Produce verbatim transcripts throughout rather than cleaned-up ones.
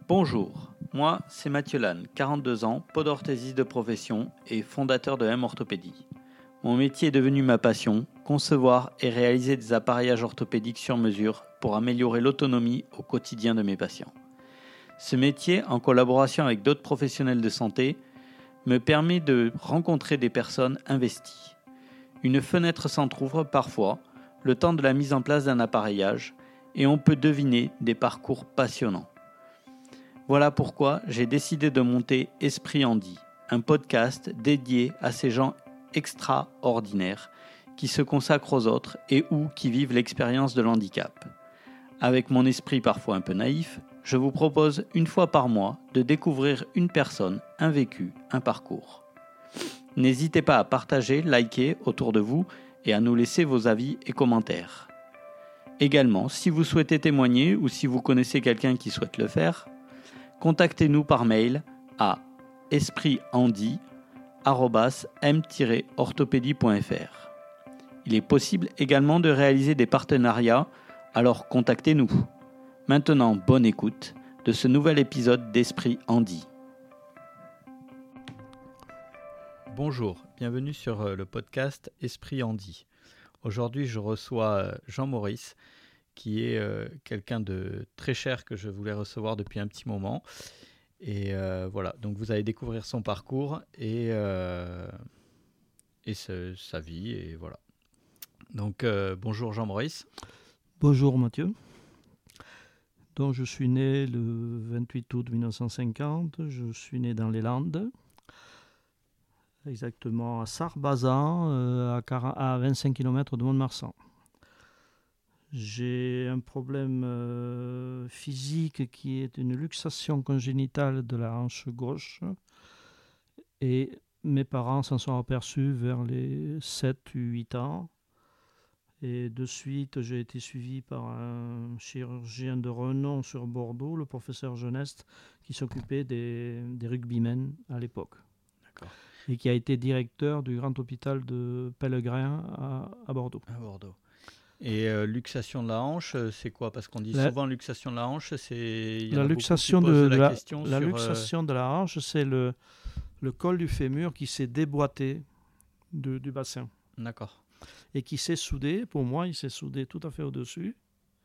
Bonjour, moi c'est Mathieu Lannes, quarante-deux ans, podorthésiste de profession et fondateur de M Orthopédie. Mon métier est devenu ma passion, concevoir et réaliser des appareillages orthopédiques sur mesure pour améliorer l'autonomie au quotidien de mes patients. Ce métier, en collaboration avec d'autres professionnels de santé, me permet de rencontrer des personnes investies. Une fenêtre s'entrouvre parfois, le temps de la mise en place d'un appareillage, et on peut deviner des parcours passionnants. Voilà pourquoi j'ai décidé de monter Esprit Handi, un podcast dédié à ces gens extraordinaires qui se consacrent aux autres et ou qui vivent l'expérience de l'handicap. Avec mon esprit parfois un peu naïf, je vous propose une fois par mois de découvrir une personne, un vécu, un parcours. N'hésitez pas à partager, liker autour de vous et à nous laisser vos avis et commentaires. Également, si vous souhaitez témoigner ou si vous connaissez quelqu'un qui souhaite le faire, contactez-nous par mail à esprithandi arobase m tiret orthopédie point f r. Il est possible également de réaliser des partenariats, alors contactez-nous. Maintenant, bonne écoute de ce nouvel épisode d'Esprit Handi. Bonjour, bienvenue sur le podcast Esprit Handi. Aujourd'hui, je reçois Jean-Maurice, qui est euh, quelqu'un de très cher que je voulais recevoir depuis un petit moment. Et euh, voilà, donc vous allez découvrir son parcours et, euh, et ce, sa vie, et voilà. Donc euh, bonjour Jean-Maurice. Bonjour Mathieu. Donc je suis né le vingt-huit août mille neuf cent cinquante, je suis né dans les Landes, exactement à Sarbazan, euh, à, à vingt-cinq kilomètres de Mont-de-Marsan. J'ai un problème euh, physique qui est une luxation congénitale de la hanche gauche et mes parents s'en sont aperçus vers les sept huit ans et de suite j'ai été suivi par un chirurgien de renom sur Bordeaux, le professeur Geneste, qui s'occupait des, des rugbymen à l'époque. D'accord. Et qui a été directeur du grand hôpital de Pellegrin à, à Bordeaux. À Bordeaux. Et euh, luxation de la hanche, c'est quoi? Parce qu'on dit la, souvent luxation de la hanche, c'est... Il y la en a luxation beaucoup qui de, posent de la, la, question la sur... luxation euh... de la hanche, c'est le, le col du fémur qui s'est déboîté de, du bassin. D'accord. Et qui s'est soudé, pour moi, il s'est soudé tout à fait au-dessus,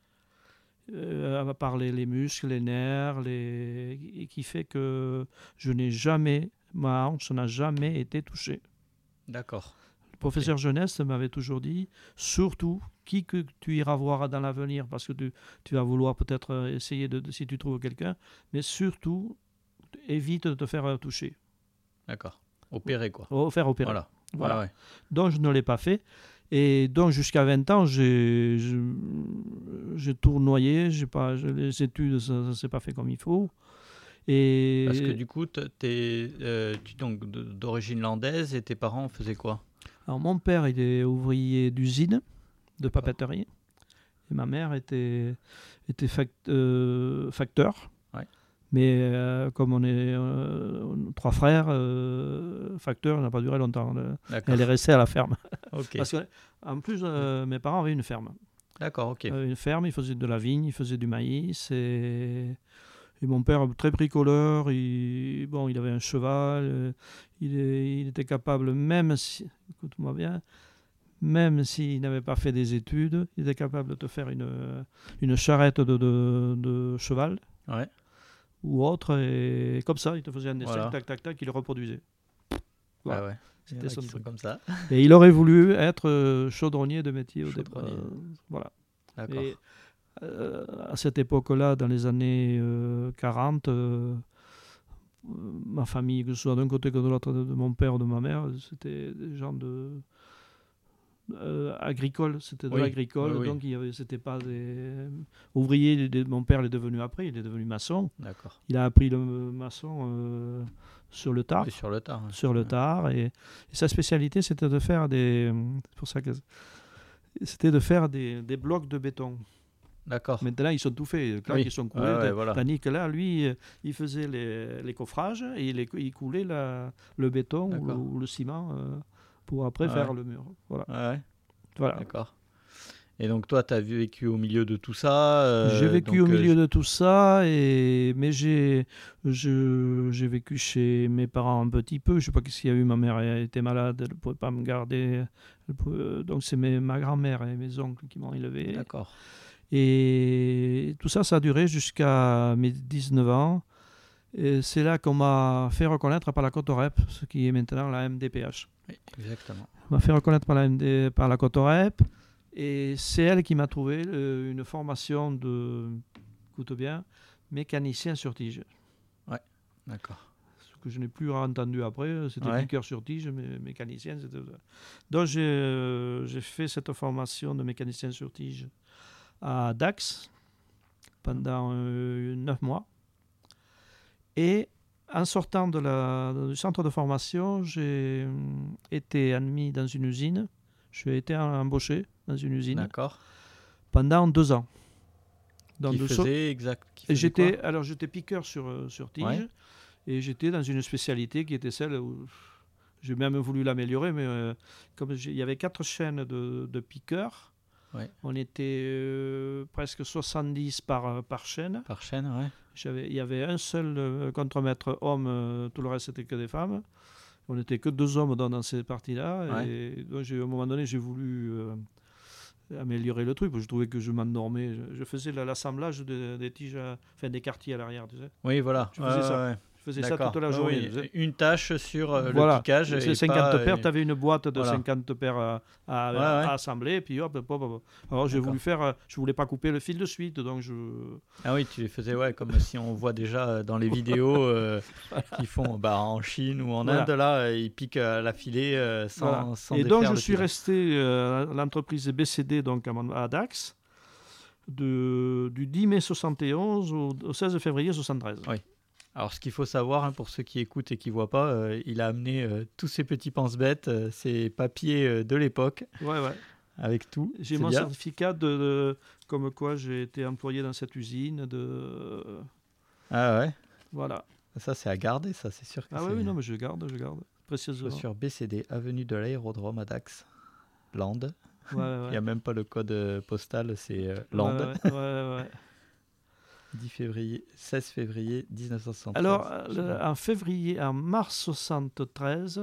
euh, à part les, les muscles, les nerfs, les... et qui fait que je n'ai jamais, ma hanche n'a jamais été touchée. D'accord. Le professeur okay. Jeunesse m'avait toujours dit, surtout, qui que tu iras voir dans l'avenir, parce que tu, tu vas vouloir peut-être essayer, de, de, si tu trouves quelqu'un, mais surtout, évite de te faire toucher. D'accord. Opérer, quoi. Oh, faire opérer. Voilà. voilà. Ah ouais. Donc, je ne l'ai pas fait. Et donc, jusqu'à vingt ans, j'ai, j'ai, j'ai tournoyé. J'ai pas, les études, ça ne s'est pas fait comme il faut. Et parce que du coup, tu es euh, donc d'origine landaise et tes parents faisaient quoi? Alors, mon père, il est ouvrier d'usine, de papeterie. Et ma mère était, était fact, euh, facteur. Ouais. Mais euh, comme on est euh, trois frères, euh, facteur n'a pas duré longtemps. D'accord. Elle est restée à la ferme. Okay. Parce qu'en plus, euh, mes parents avaient une ferme. D'accord, ok. Euh, une ferme, ils faisaient de la vigne, ils faisaient du maïs. Et, et mon père, très bricoleur, il, bon, il avait un cheval. Euh, il, est, il était capable, même si, écoute-moi bien, même s'il n'avait pas fait des études, il était capable de te faire une, une charrette de, de, de cheval. Ouais. Ou autre, et comme ça, il te faisait un dessin, voilà. tac, tac, tac, il le reproduisait. Voilà. Ah ouais. C'était son truc comme ça. Et il aurait voulu être chaudronnier de métier au départ. Euh, voilà. D'accord. Et euh, à cette époque-là, dans les années euh, quarante, euh, ma famille, que ce soit d'un côté que de l'autre, de mon père ou de ma mère, c'était des gens de... Euh, agricole, c'était de oui, l'agricole, oui, donc oui. il y avait, c'était pas des ouvriers. Des, mon père est devenu après, il est devenu maçon. D'accord. Il a appris le maçon euh, sur le tard. Oui, sur le tard. Hein. Sur le ouais. tard, et, et sa spécialité, c'était de faire des, c'est pour ça que c'était de faire des, des blocs de béton. D'accord. Maintenant, ils sont tout faits, là, oui. ils sont coulés. Ouais, ouais, voilà. Tandis que là, lui, il faisait les, les coffrages et il, il coulait la, le béton ou le, ou le ciment. Euh, pour après ah faire ouais. le mur. Voilà. Ah ouais. Voilà. D'accord. Et donc toi, tu as vécu au milieu de tout ça euh, J'ai vécu donc, au milieu euh, de tout ça, et... mais j'ai, je, j'ai vécu chez mes parents un petit peu. Je ne sais pas ce qu'il y a eu. Ma mère était malade, elle ne pouvait pas me garder. Elle pouvait... Donc c'est mes, ma grand-mère et mes oncles qui m'ont élevé. D'accord. Et tout ça, ça a duré jusqu'à mes dix-neuf ans. Et c'est là qu'on m'a fait reconnaître par la Cotorep, ce qui est maintenant la M D P H. Oui, exactement. On m'a fait reconnaître par la, M D, par la Cotorep. Et c'est elle qui m'a trouvé euh, une formation de, écoute bien, mécanicien sur tige. Ouais, d'accord. Ce que je n'ai plus entendu après, c'était Ouais. piqueur sur tige, mais mécanicien. C'était... Donc j'ai, euh, j'ai fait cette formation de mécanicien sur tige à Dax pendant euh, neuf mois. Et en sortant de la, du centre de formation, j'ai euh, été admis dans une usine. Je suis été embauché dans une usine. D'accord. Pendant deux ans. Qui de faisait so- exact qui faisait j'étais, quoi alors j'étais piqueur sur, euh, sur tige, Ouais. et j'étais dans une spécialité qui était celle où j'ai même voulu l'améliorer, mais euh, comme il y avait quatre chaînes de, de piqueurs, Ouais. on était euh, presque soixante-dix par, par chaîne. Par chaîne, ouais. J'avais, il y avait un seul euh, contremaître homme, euh, tout le reste c'était que des femmes. On n'était que deux hommes dans, dans ces parties-là. Ouais. Et donc, j'ai, à un moment donné, j'ai voulu euh, améliorer le truc. Je trouvais que je m'endormais. Je, je faisais la, l'assemblage de, des tiges, à, enfin des quartiers à l'arrière. Tu sais. Oui, voilà. Je faisais Ouais, ça. ouais, ouais. Je faisais D'accord. ça toute la Oui, journée. oui. tu sais. Une tâche sur euh, Voilà. le piquage. C'est et cinquante pas, paires. euh, Tu avais une boîte de voilà. cinquante paires à, à, Ouais, à ouais. assembler. Et puis hop, hop, hop, hop. Alors j'ai D'accord. voulu faire. euh, Je voulais pas couper le fil de suite. Donc je. Ah oui, tu les faisais ouais, comme si on voit déjà dans les vidéos euh, qui font bah, en Chine ou en Voilà. Inde, là, euh, ils piquent à la filée euh, sans, Voilà. sans Et donc défaire je le suis fil. resté euh, à l'entreprise B C D, donc à, Mon- à Dax, de, du dix mai soixante et onze au, au seize février soixante-treize. Oui. Alors, ce qu'il faut savoir, hein, pour ceux qui écoutent et qui ne voient pas, euh, il a amené euh, tous ses petits pense-bêtes, euh, ses papiers euh, de l'époque, Ouais, ouais. avec tout. J'ai C'est mon bien. certificat de, de- comme quoi j'ai été employé dans cette usine. De, Ah ouais. voilà. Ça, c'est à garder, ça, c'est sûr que Ah c'est oui, oui, non, mais je garde, je garde. Précieusement. sur B C D, avenue de l'Aérodrome à Dax, Land. Ouais, ouais, Il n'y ouais. a même pas le code euh, postal, c'est euh, Ouais, Land. ouais, ouais, ouais, ouais. dix février, seize février dix-neuf cent soixante-treize. Alors, euh, le- en février, en mars soixante-treize,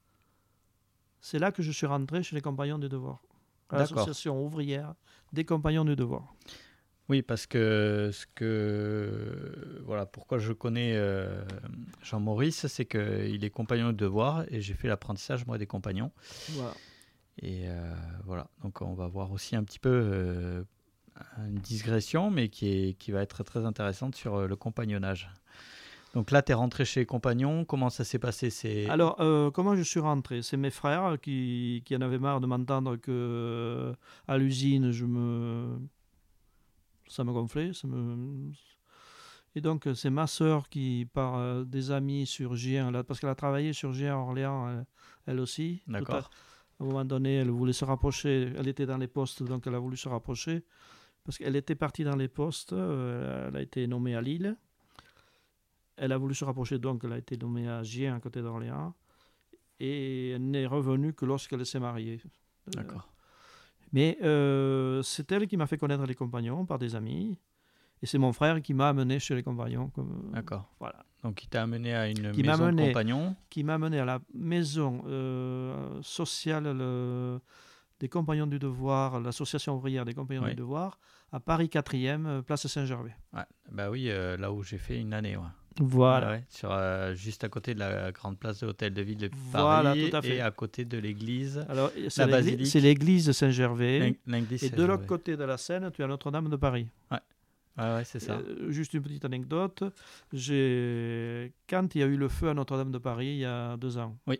c'est là que je suis rentré chez les Compagnons du Devoir. À D'accord. l'association ouvrière des Compagnons du Devoir. Oui, parce que ce que voilà, pourquoi je connais euh, Jean-Maurice, c'est qu'il est compagnon de devoir et j'ai fait l'apprentissage moi des compagnons. Voilà. Et euh, voilà, donc on va voir aussi un petit peu euh, une digression, mais qui est qui va être très intéressante sur euh, le compagnonnage. Donc là, tu es rentré chez les compagnons. Comment ça s'est passé? C'est Alors, euh, comment je suis rentré? C'est mes frères qui, qui en avaient marre de m'entendre que euh, à l'usine, je me... ça me gonflait. Ça me... Et donc, c'est ma sœur qui, par euh, des amis sur G un, là, parce qu'elle a travaillé sur G un à Orléans, elle, elle aussi. Tout D'accord. à, à un moment donné, elle voulait se rapprocher. Elle était dans les postes, donc elle a voulu se rapprocher. Parce qu'elle était partie dans les postes. euh, elle a été nommée à Lille. Elle a voulu se rapprocher, donc elle a été nommée à Gien, à côté d'Orléans. Et elle n'est revenue que lorsqu'elle s'est mariée. D'accord. Euh, mais euh, c'est elle qui m'a fait connaître les compagnons par des amis. Et c'est mon frère qui m'a amené chez les compagnons. Comme, D'accord. Voilà. Donc il t'a amené à une Qui m'a maison de amené- compagnons. Qui m'a amené à la maison euh, sociale le- des compagnons du devoir, l'association ouvrière des compagnons Oui. du devoir, à Paris quatrième, euh, place Saint-Gervais. Ouais. Bah oui, euh, là où j'ai fait une année. Ouais. Voilà. Ouais, ouais, sur, euh, juste à côté de la grande place de l'hôtel de ville de Voilà, Paris tout à fait. et à côté de l'église. Alors, c'est, La l'église, basilique. c'est l'église Saint-Gervais. L'ing- l'église Et de Saint-Gervais. l'autre côté de la Seine, tu as Notre-Dame de Paris. Ouais, ouais, c'est ça. Euh, juste une petite anecdote. J'ai... Quand il y a eu le feu à Notre-Dame de Paris, il y a deux ans, Oui.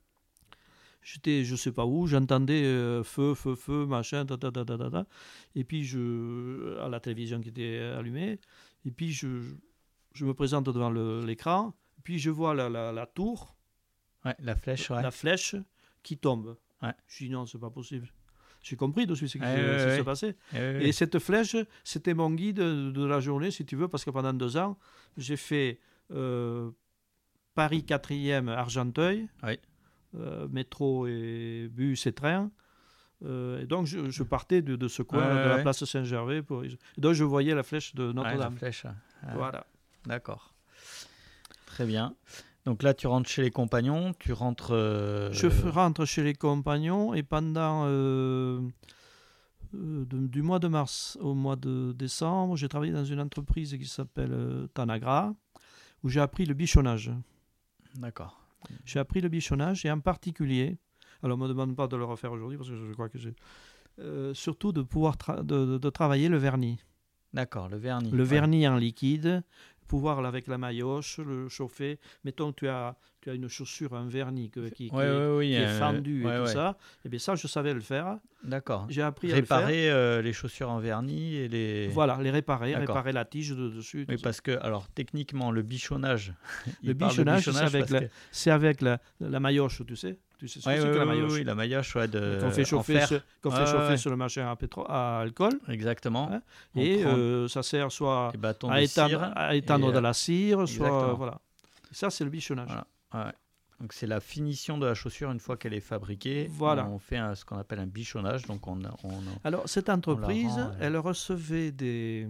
j'étais je sais pas où, j'entendais euh, feu, feu, feu, machin, ta, ta, ta, ta, ta, ta. Et puis, je... à la télévision qui était allumée, et puis je, je me présente devant le- l'écran, et puis je vois la, la, la tour, Ouais, la flèche, ouais. la flèche qui tombe. Ouais. Je dis non, c'est pas possible. J'ai compris de suite ce qui, Ouais, se- ouais, ce qui ouais. se passait. Eh oui, oui. Et cette flèche, c'était mon guide de la journée, si tu veux, parce que pendant deux ans, j'ai fait euh, Paris quatrième, Argenteuil, Oui. euh, métro et bus et train, Euh, et donc, je, je partais de, de ce coin, Ouais, de la ouais. place Saint-Gervais. Pour... Et donc, je voyais la flèche de Ouais, Notre-Dame. la flèche. Ah, Voilà. D'accord. Très bien. Donc là, tu rentres chez les compagnons, tu rentres... euh, Je f- rentre chez les compagnons et pendant euh, euh, de- du mois de mars au mois de décembre, j'ai travaillé dans une entreprise qui s'appelle euh, Tanagra, où j'ai appris le bichonnage. D'accord. J'ai appris le bichonnage et en particulier, alors ne me demande pas de le refaire aujourd'hui parce que je crois que j'ai... euh, surtout de pouvoir tra- de, de- de travailler le vernis. D'accord, le vernis. Le ouais. vernis en liquide, pouvoir avec la maillotche le chauffer. Mettons que tu as, tu as une chaussure en vernis que- qui, qui Ouais, est, ouais, oui, qui est euh, fendue ouais, et tout ouais. ça. Et bien ça, je savais le faire. D'accord. J'ai appris à le faire. Réparer euh, les chaussures en vernis et les... Voilà, les réparer, D'accord. réparer la tige de dessus. Oui, tout ça. parce que, alors, techniquement, le bichonnage... il Le parle de bichonnage, c'est bichonnage avec, parce la, que- c'est avec la, la maillotche, tu sais. Tu sais ce que Ouais, c'est ouais, que la ouais, maillotche. oui, la maillotche ouais, de... Qu'on fait en chauffer, fer. sur, qu'on Ouais, fait chauffer ouais. sur le machin à, pétro- à alcool. Exactement. Hein, On et prend euh, ça sert soit des bâtons à de étendre, cire. à étendre et, de euh, la cire, soit... exactement. Voilà. Et ça, c'est le bichonnage. Voilà. Ouais. Donc c'est la finition de la chaussure une fois qu'elle est fabriquée. Voilà. On fait un- ce qu'on appelle un bichonnage. Donc on, on, Alors, cette entreprise, rend, euh, elle recevait des,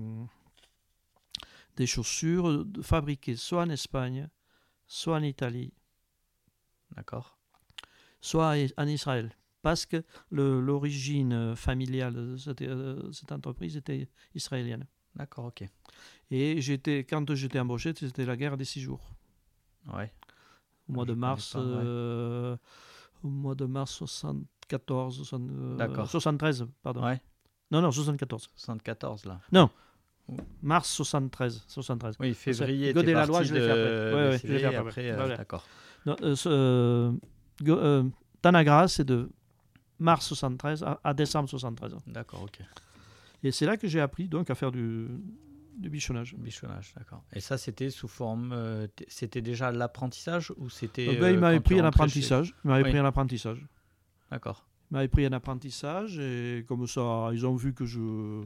des chaussures fabriquées soit en Espagne, soit en Italie, d'accord. soit en Israël. Parce que le- l'origine familiale de cette, euh, cette entreprise était israélienne. D'accord, ok. Et j'étais, quand j'étais embauché, c'était la guerre des six jours. Ouais. Au mois Je de connais mars, pas, ouais. euh, au mois de mars soixante-quatorze, soixante, euh, D'accord. soixante-treize, pardon. Ouais. Non, non, soixante-quatorze. soixante-quatorze là. Non. Ouh. Mars soixante-treize. soixante-treize. Oui, février. Godé t'es la loi, parti je l'ai de fait après. Ouais, ouais, je l'ai fait B C V, après. après, euh, Voilà. d'accord. Non, euh, ce, euh, Go- euh, Tanagra, c'est de mars soixante-treize à, à décembre soixante-treize. D'accord, ok. Et c'est là que j'ai appris donc à faire du, du bichonnage. Bichonnage, d'accord. Et ça, c'était sous forme. euh, t- c'était déjà l'apprentissage ou c'était. Euh, ben, il euh, m'avait quand tu pris un rentrais chez- apprentissage. Il m'avait Oui. pris un apprentissage. D'accord. Il m'avait pris un apprentissage et comme ça, ils ont vu que je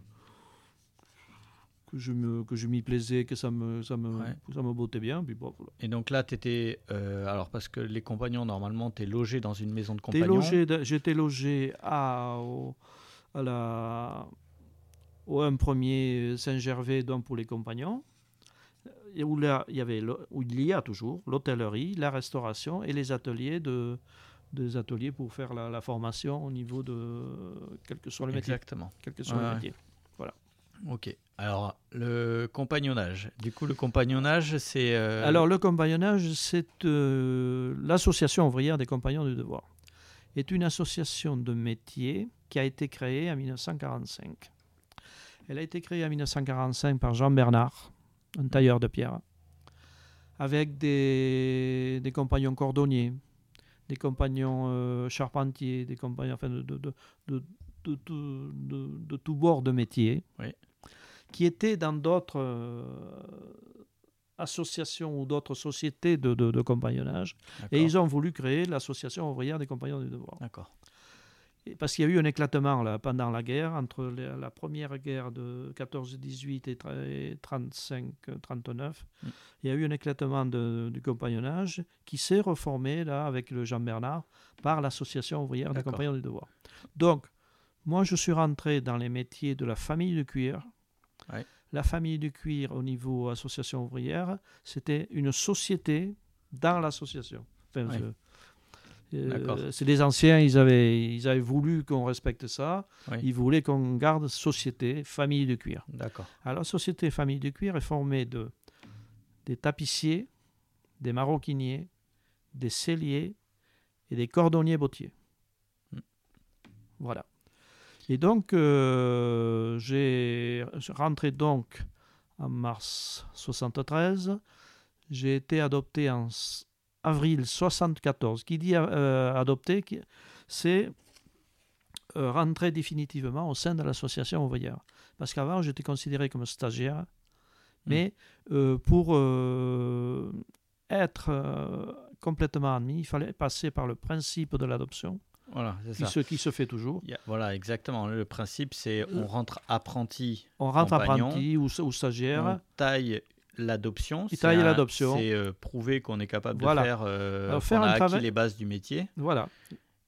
que je me que je m'y plaisais, que ça me ça me Ouais. que ça me bottait bien. Puis bon, voilà. Et donc là, tu étais. alors, parce que les compagnons, normalement, tu es logé dans une maison de T'es compagnons. logé de- j'étais logé à, au, à la, au un premier Saint-Gervais, donc pour les compagnons, et où, là, il y avait, le- où il y a toujours l'hôtellerie, la restauration et les ateliers, de, des ateliers pour faire la, la formation au niveau de quel que soit le métier. Exactement. Quel que soit Ouais, le ouais. métier. Ok. Alors, le compagnonnage. Du coup, le compagnonnage, c'est. euh, Alors, le compagnonnage, c'est euh, l'association ouvrière des compagnons du devoir. Est une association de métiers qui a été créée en mille neuf cent quarante-cinq. Elle a été créée en mille neuf cent quarante-cinq par Jean Bernard, un tailleur de pierre, avec des, des compagnons cordonniers, des compagnons euh, charpentiers, des compagnons enfin, de, de, de, de, de, de, de- de tous bords de métiers, Oui. qui étaient dans d'autres euh, associations ou d'autres sociétés de, de, de compagnonnage. Et ils ont voulu créer l'association ouvrière des compagnons du devoir. D'accord. Et parce qu'il y a eu un éclatement là, pendant la guerre, entre la, la première guerre de quatorze dix-huit et trente-cinq trente-neuf. Mm. Il y a eu un éclatement de- du compagnonnage qui s'est reformé là, avec le Jean Bernard par l'association ouvrière des D'accord. compagnons du devoir. Donc, moi, je suis rentré dans les métiers de la famille du cuir. Ouais. La famille du cuir au niveau association ouvrière, c'était une société dans l'association. Enfin, Ouais. je- euh, D'accord. c'est des anciens, ils avaient, ils avaient voulu qu'on respecte ça. Oui. Ils voulaient qu'on garde société, famille de cuir. D'accord. Alors, la société famille de cuir est formée de des tapissiers, des maroquiniers, des selliers et des cordonniers bottiers. Mm. Voilà. Et donc, euh, j'ai rentré donc en mars soixante-treize. J'ai été adopté en s- avril soixante-quatorze. Qui dit euh, adopté, qui- c'est euh, rentrer définitivement au sein de l'association ouvrière. Parce qu'avant, j'étais considéré comme stagiaire. Mais euh, pour euh, être euh, complètement admis, il fallait passer par le principe de l'adoption, Voilà, c'est qui ça. se, qui se fait toujours. Il y a- voilà, exactement. Le principe, c'est on rentre apprenti, On rentre compagnon, apprenti ou, ou stagiaire. on taille l'adoption. Il C'est taille un- l'adoption. C'est euh, prouver qu'on est capable Voilà. de faire, euh, Alors, qu'on faire a un acquis travail- les bases du métier. Voilà.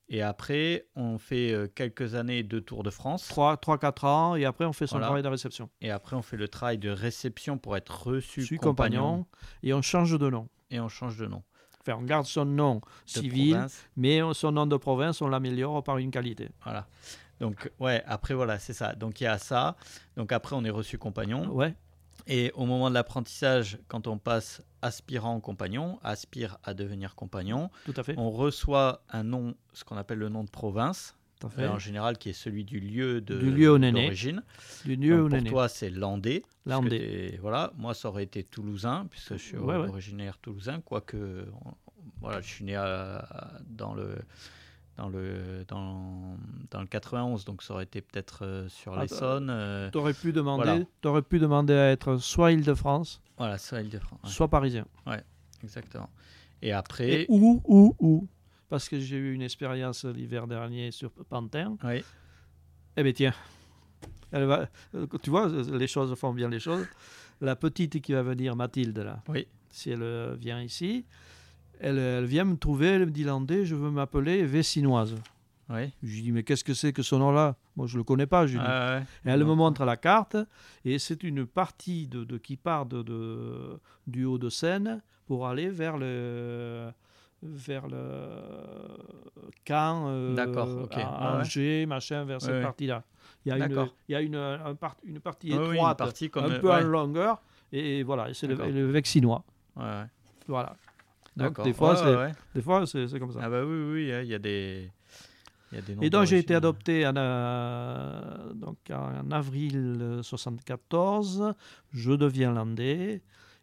Et après, on fait euh, quelques années de Tour de France. trois quatre ans, et après on fait son Voilà. travail de réception. Et après, on fait le travail de réception pour être reçu Je suis compagnon. compagnon, et on change de nom. Et on change de nom. Enfin, on garde son nom De civil, province. mais son nom de province, on l'améliore par une qualité. Voilà. Donc, ouais, après, voilà, c'est ça. Donc, il y a ça. Donc, après, on est reçu compagnon. Ouais. Et au moment de l'apprentissage, quand on passe aspirant compagnon, aspire à devenir compagnon, Tout à fait. on reçoit un nom, ce qu'on appelle le nom de province, Tout à fait. euh, en général qui est celui du lieu de, Du lieu où on est né. d'origine. Du lieu Donc, où on pour est né. toi, c'est Landais. parce que Landais. t'es- Voilà. Moi, ça aurait été toulousain, puisque je suis Ouais, ouais. originaire toulousain, quoique on- voilà, je suis né à- à- dans le... Dans le, dans, dans le quatre-vingt-onze, donc ça aurait été peut-être euh, sur Ah, l'Essonne. Euh, T'aurais pu demander, Voilà. t'aurais pu demander à être soit Île-de-France, voilà, ça, Île-de-France. ouais. soit parisien. Exactement. Et après, Et où, où, où Parce que j'ai eu une expérience l'hiver dernier sur Pantin. oui, Eh bien tiens, elle va, euh, tu vois, les choses font bien les choses. La petite qui va venir, Mathilde, là, oui, si elle euh, vient ici, elle, elle vient me trouver, elle me dit Landais, je veux m'appeler Vessinoise. oui. Je lui dis, mais qu'est-ce que c'est que ce nom-là? Moi, je ne le connais pas. Je lui dis. Ah, ouais. Et elle me Non. montre la carte, et c'est une partie de, de qui part de, de- du Haut-de-Seine pour aller vers le vers le Caen, euh, D'accord, ok. à- Ouais, ouais. Angers, machin, vers cette Ouais, ouais. partie-là. Il y a une, D'accord. il y a une, un part- une partie Oui, oui, une étroite, partie comme, un euh, peu ouais. en longueur, et, et voilà, et c'est le, D'accord. le Vexinois. Ouais, ouais. Voilà. Donc D'accord. des fois, Ouais, c'est, ouais, ouais. des fois, c'est, c'est comme ça. Ah bah oui, oui, oui, il y a des, il y a des noms Et donc j'ai été d'origine. adopté en, euh, donc en avril soixante-quatorze, je deviens landais,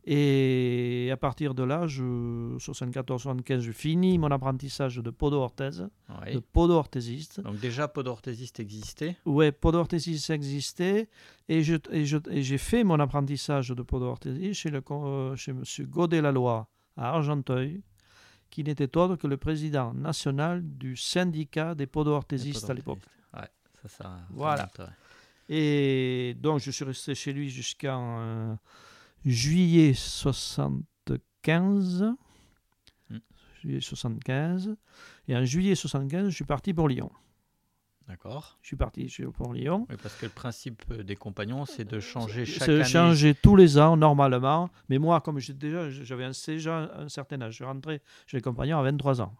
et à partir de là, je, soixante-quatorze soixante-quinze, je finis mon apprentissage de podo-orthèse, Oui. de podo-orthésiste. Donc déjà, podorthésiste existait. Ouais, podo-orthésiste existait, et, je, et, je, et j'ai fait mon apprentissage de podo-orthésiste chez, le, euh, chez M. Godet-Laloy à Argenteuil, qui n'était autre que le président national du syndicat des podo-orthésistes à l'époque. Ouais, ça, ça. Voilà. ça monte, ouais. Et donc, je suis resté chez lui jusqu'en euh, juillet soixante-quinze. Mm. Juillet soixante-quinze. Et en juillet soixante-quinze, je suis parti pour Lyon. D'accord. Je suis parti pour Lyon. Oui, parce que le principe des compagnons, c'est de changer chaque C'est de année. changer tous les ans, normalement. Mais moi, comme j'ai déjà, j'avais un, déjà un certain âge, je suis rentré chez les compagnons à vingt-trois ans.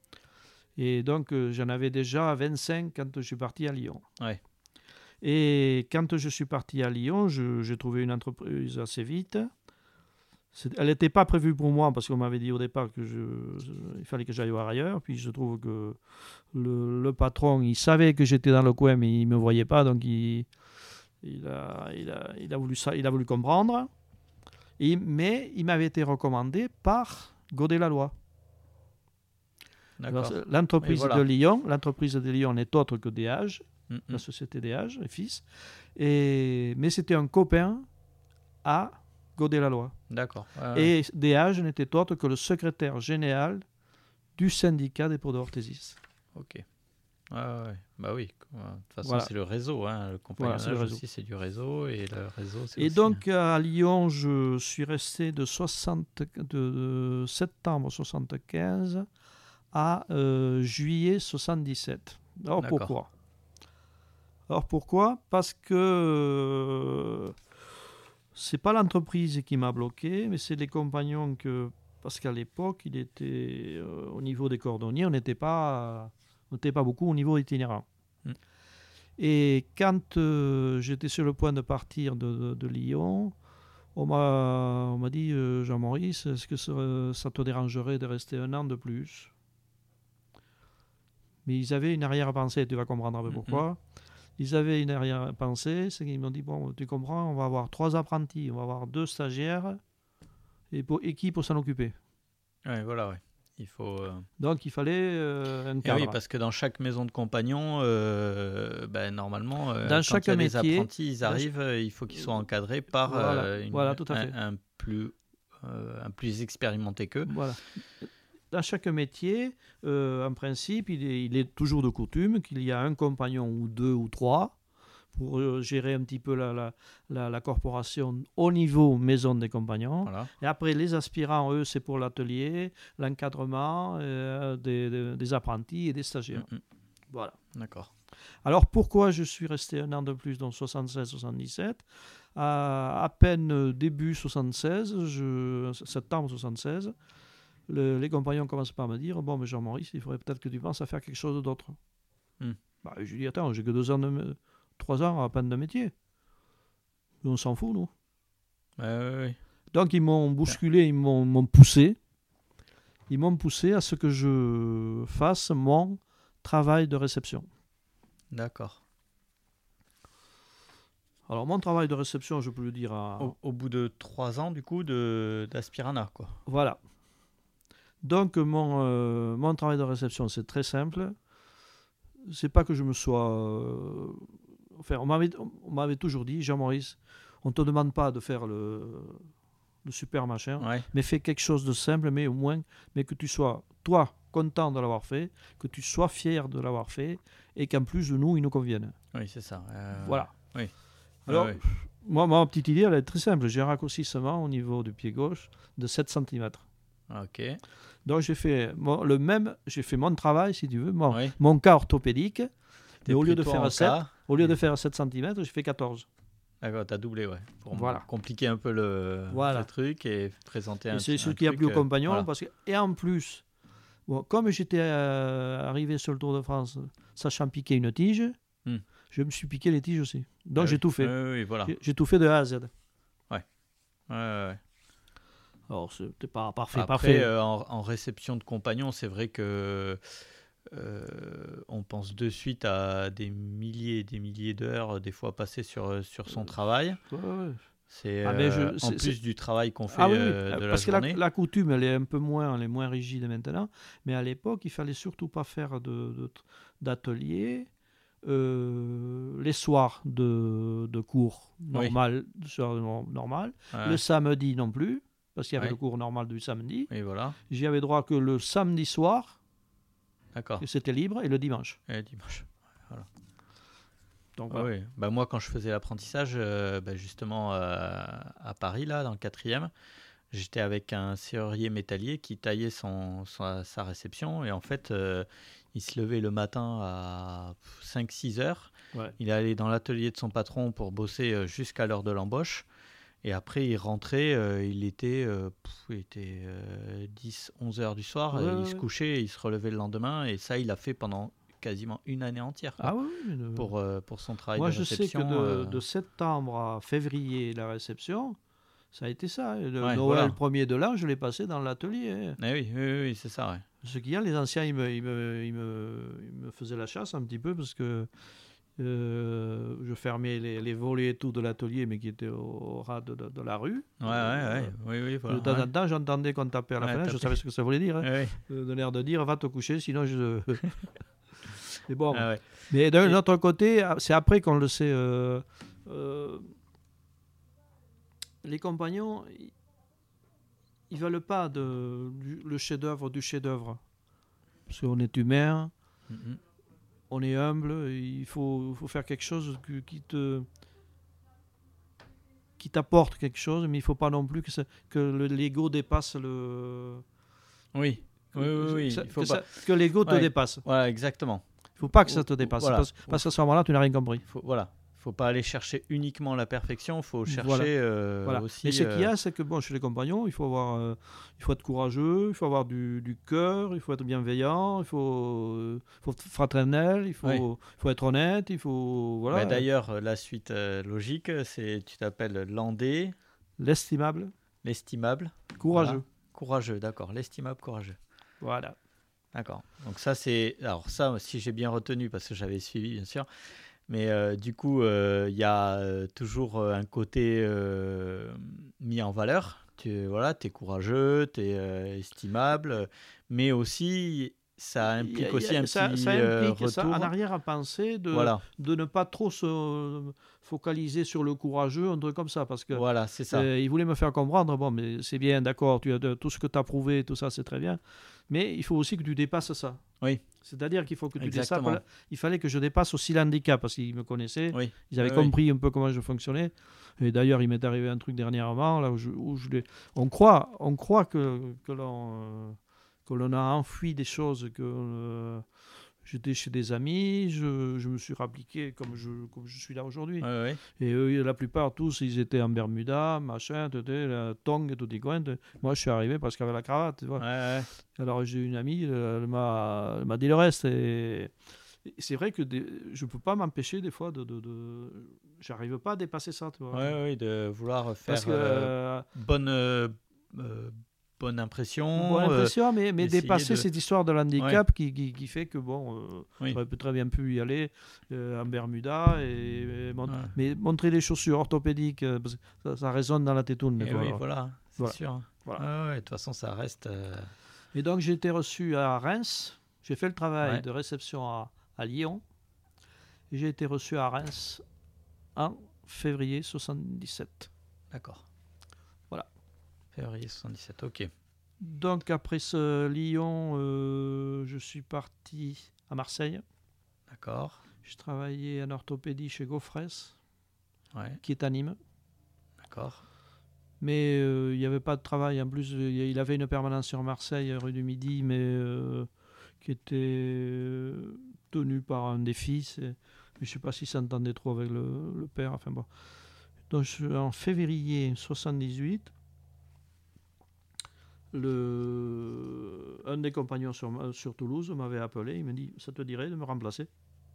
Et donc, euh, j'en avais déjà vingt-cinq quand je suis parti à Lyon. Ouais. Et quand je suis parti à Lyon, je- j'ai trouvé une entreprise assez vite. C'est- elle n'était pas prévue pour moi parce qu'on m'avait dit au départ que je, il fallait que j'aille voir ailleurs. Puis je trouve que le, le patron, il savait que j'étais dans le coin, mais il ne me voyait pas. Donc il, il, a, il, a, il, a voulu ça, il a voulu comprendre. Et, mais il m'avait été recommandé par Godet-Laloy. D'accord. Alors, L'entreprise Et voilà. de Lyon, l'entreprise de Lyon n'est autre que D H, Mm, mm. la société D H, et fils. Et, mais c'était un copain à Godet-Laloy. D'accord. Ouais, ouais. Et D H n'était autre que le secrétaire général du syndicat des podo-orthésistes. Ok. Ouais, ouais, ouais. Bah oui. De toute façon, Voilà. c'est le réseau. Hein. Le Voilà, c'est le compagnonnage réseau. aussi, c'est du réseau. Et le réseau, c'est Et aussi- donc à Lyon, je suis resté de, soixante, de, de septembre soixante-quinze à euh, juillet soixante-dix-sept. Alors D'accord. pourquoi Alors pourquoi Parce que euh, c'est pas l'entreprise qui m'a bloqué, mais c'est les compagnons que. Parce qu'à l'époque, il était euh, au niveau des cordonniers, on n'était pas, on n'était pas beaucoup au niveau itinérant. Mm. Et quand euh, j'étais sur le point de partir de, de, de Lyon, on m'a, on m'a dit euh, Jean-Maurice, est-ce que ça, ça te dérangerait de rester un an de plus? Mais ils avaient une arrière-pensée, tu vas comprendre un peu Mhm. pourquoi. Ils avaient une arrière-pensée, c'est qu'ils m'ont dit, bon, tu comprends, on va avoir trois apprentis, on va avoir deux stagiaires, et, pour, et qui pour s'en occuper? Ouais, voilà, ouais. Il faut. euh, Donc il fallait euh, un Et cadre. oui, parce que dans chaque maison de compagnons, euh, ben, normalement, euh, Dans quand chaque il y a métier- des apprentis, ils dans arrivent, euh, il faut qu'ils soient encadrés par Voilà, euh, une- voilà, tout à un, fait. un plus, euh, un plus expérimenté qu'eux. Voilà. Dans chaque métier, euh, en principe, il est, il est toujours de coutume qu'il y a un compagnon ou deux ou trois pour euh, gérer un petit peu la, la, la, la corporation au niveau maison des compagnons. Voilà. Et après, les aspirants, eux, c'est pour l'atelier, l'encadrement euh, des, des, des apprentis et des stagiaires. Mm-hmm. Voilà. D'accord. Alors, pourquoi je suis resté un an de plus dans soixante-seize soixante-dix-sept ? à, à peine début soixante-seize, je, septembre soixante-seize, le, les compagnons commencent par me dire « Bon, mais Jean-Maurice, il faudrait peut-être que tu penses à faire quelque chose d'autre. Mm. » Bah, je lui dis « Attends, j'ai que deux ans de... trois ans à peine de métier. On s'en fout, nous. » Ouais, ouais, ouais. Donc, ils m'ont bousculé, ils m'ont, m'ont poussé. Ils m'ont poussé à ce que je fasse mon travail de réception. D'accord. Alors, mon travail de réception, je peux le dire à... Au, au bout de trois ans, du coup, de, d'Aspirana, quoi. Voilà. Donc, mon, euh, mon travail de réception, c'est très simple. C'est pas que je me sois... Euh... Enfin, on m'avait, on m'avait toujours dit, Jean-Maurice, on ne te demande pas de faire le, le super machin, Ouais. mais fais quelque chose de simple, mais au moins, mais que tu sois, toi, content de l'avoir fait, que tu sois fier de l'avoir fait, et qu'en plus de nous, il nous convienne. Oui, c'est ça. Euh... Voilà. Oui. Alors, ouais, ouais. moi, ma petite idée, elle est très simple. J'ai un raccourcissement au niveau du pied gauche de sept centimètres. Ok. Donc, j'ai fait mon, le même, j'ai fait mon travail, si tu veux, mon, Oui. mon cas orthopédique, T'es mais au lieu de plutôt faire en sept, cas. au lieu de faire sept centimètres, j'ai fait quatorze. D'accord, t'as doublé, ouais. Pour Voilà. compliquer un peu le, Voilà. le truc et présenter un Et c'est un ce qui a truc, plu aux euh, compagnons. voilà. Parce que, et en plus, bon, comme j'étais euh, arrivé sur le Tour de France, sachant piquer une tige, Hmm. je me suis piqué les tiges aussi. Donc Ah j'ai oui. tout fait. Oui, oui, voilà. J'ai, j'ai tout fait de A à Z. Ouais, ouais, ouais. Alors, c'était pas parfait, Après, parfait. euh, en, en réception de compagnons, c'est vrai que euh, on pense de suite à des milliers et des milliers d'heures, des fois passées sur, sur son travail. Ouais, ouais. C'est Ah, mais je- euh, en c'est- plus c'est- du travail qu'on fait Ah oui, oui, euh, de parce la que la, journée. la coutume, elle est un peu moins, elle est moins rigide maintenant. Mais à l'époque, il fallait surtout pas faire de, de- d'atelier euh, les soirs de, de cours Oui. normal, de soir normal. Ouais. Le samedi non plus, parce qu'il y avait Ouais. le cours normal du samedi. Et voilà, J'y avais droit que le samedi soir, d'accord. que c'était libre, et le dimanche. Et dimanche. Donc, Ah voilà. oui. Bah, moi, quand je faisais l'apprentissage, euh, bah, justement euh, à Paris, là, dans le quatrième, j'étais avec un serrurier métallier qui taillait son, son- sa réception. Et en fait, euh, il se levait le matin à cinq six heures. Ouais. Il allait dans l'atelier de son patron pour bosser euh, jusqu'à l'heure de l'embauche. Et après, il rentrait, euh, il était, euh, pff, il était euh, dix onze heures du soir. Ouais, et ouais, il se ouais. couchait, et il se relevait le lendemain. Et ça, il a fait pendant quasiment une année entière, quoi, Ah oui, oui, le- pour, euh, pour son travail Moi, de je sais réception. que de, euh, de septembre à février, la réception, ça a été ça. Et le Ouais, Noël voilà. premier de l'an, je l'ai passé dans l'atelier. hein. eh oui, oui, oui, oui, c'est ça, ouais. Ce qu'il y a, les anciens, ils me, ils, me, ils, me, ils me faisaient la chasse un petit peu parce que euh, je fermais les, les volets et tout de l'atelier, mais qui étaient au, au ras de, de, de la rue. Ouais, ouais, ouais, oui, oui, voilà. de temps ouais. en temps, j'entendais qu'on tapait à la Ouais, fenêtre, je taper. savais ce que ça voulait dire. hein. Ouais, Euh, de l'air de dire, va te coucher, sinon je... mais bon. ah ouais. Mais d'un Et- autre côté, c'est après qu'on le sait. euh, euh, les compagnons, ils- ils veulent pas de, du- le chef-d'œuvre du chef-d'œuvre. Parce qu'on est humain, Mhm. on est humble, il faut, faut faire quelque chose qui, qui te qui t'apporte quelque chose, mais il faut pas non plus que, ça- que le- l'ego dépasse le. Oui, oui, oui, oui, ça- il faut que, pas. ça- que l'ego te Ouais. dépasse. Voilà, exactement. Il faut pas que ça Ou- te ou- dépasse. voilà. Parce, parce qu'à ce moment-là, tu n'as rien compris. Il faut, voilà, faut pas aller chercher uniquement la perfection, il faut chercher Voilà. euh, Voilà. aussi. Mais ce qu'il y euh, a, c'est que bon, chez les compagnons, il faut avoir, euh, il faut être courageux, il faut avoir du, du cœur, il faut être bienveillant, il faut, euh, faut être fraternel, il faut, Oui. il faut être honnête, il faut voilà. bah, d'ailleurs, la suite euh, logique, c'est tu t'appelles Landais, L'estimable, l'estimable, courageux. Voilà. Courageux, d'accord, l'estimable, courageux. Voilà. D'accord. Donc ça c'est, alors ça si j'ai bien retenu parce que j'avais suivi bien sûr, mais euh, du coup euh, il y a euh, toujours euh, un côté euh, mis en valeur. Tu voilà, t'es courageux, t'es euh, estimable, mais aussi ça Il y a- implique il y a- aussi un ça, petit ça euh, implique ça, retour. en arrière-pensée de, Voilà, de ne pas trop se focaliser sur le courageux, un truc comme ça, parce que voilà, c'est ça. Euh, il voulait me faire comprendre, bon, mais c'est bien, d'accord, tu as de- tout ce que tu as prouvé, tout ça, c'est très bien, mais il faut aussi que tu dépasses ça. Oui. C'est-à-dire qu'il faut que tu Exactement. dépasses. Il fallait que je dépasse aussi l'handicap parce qu'ils me connaissaient. Oui. Ils avaient oui, compris oui. un peu comment je fonctionnais. Et d'ailleurs, il m'est arrivé un truc dernièrement là où je, où je l'ai- on croit, on croit que que l'on euh, que l'on a enfoui des choses que euh, j'étais chez des amis, je, je me suis rappliqué comme je comme je suis là aujourd'hui. Oui, oui. Et eux, la plupart tous, ils étaient en Bermuda, machin, tété, la tongue, tout y coin. Moi, je suis arrivé parce qu'avec la cravate, tu vois. Ouais, ouais. Alors j'ai une amie, elle m'a, elle m'a dit le reste. Et, et c'est vrai que des, je peux pas m'empêcher des fois de, de, de j'arrive pas à dépasser ça, tu vois. Oui, oui, de vouloir faire Parce que euh, euh, bonne, euh, euh, bonne impression. bonne euh, impression, mais, mais essayer dépasser de... cette histoire de l'handicap qui, qui, qui fait que bon, euh, Oui. j'aurais pu très bien pu y aller euh, en Bermuda et, et mon- Ouais. mais montrer des chaussures orthopédiques, euh, parce que ça, ça résonne dans la tétoune des Et fois. oui, alors. voilà, c'est Voilà. sûr. Voilà. Ouais, ouais, de toute façon, ça reste. euh, Et donc j'ai été reçu à Reims. J'ai fait le travail Ouais. de réception à, à Lyon. Et j'ai été reçu à Reims en février soixante-dix-sept. D'accord. Voilà. Février soixante-dix-sept, ok. Donc après ce Lyon, euh, je suis parti à Marseille. D'accord. Je travaillais en orthopédie chez Gaufrès, Ouais, qui est à Nîmes. d'accord. Mais euh, il n'y avait pas de travail. En plus, euh, il avait une permanence sur Marseille, rue du Midi, mais euh, qui était euh, tenue par un des fils. Et, je ne sais pas si ça s'entendait trop avec le, le père. Enfin bon. Donc je- en février soixante-dix-huit, le, un des compagnons sur, sur Toulouse m'avait appelé. Il m'a dit, ça te dirait de me remplacer?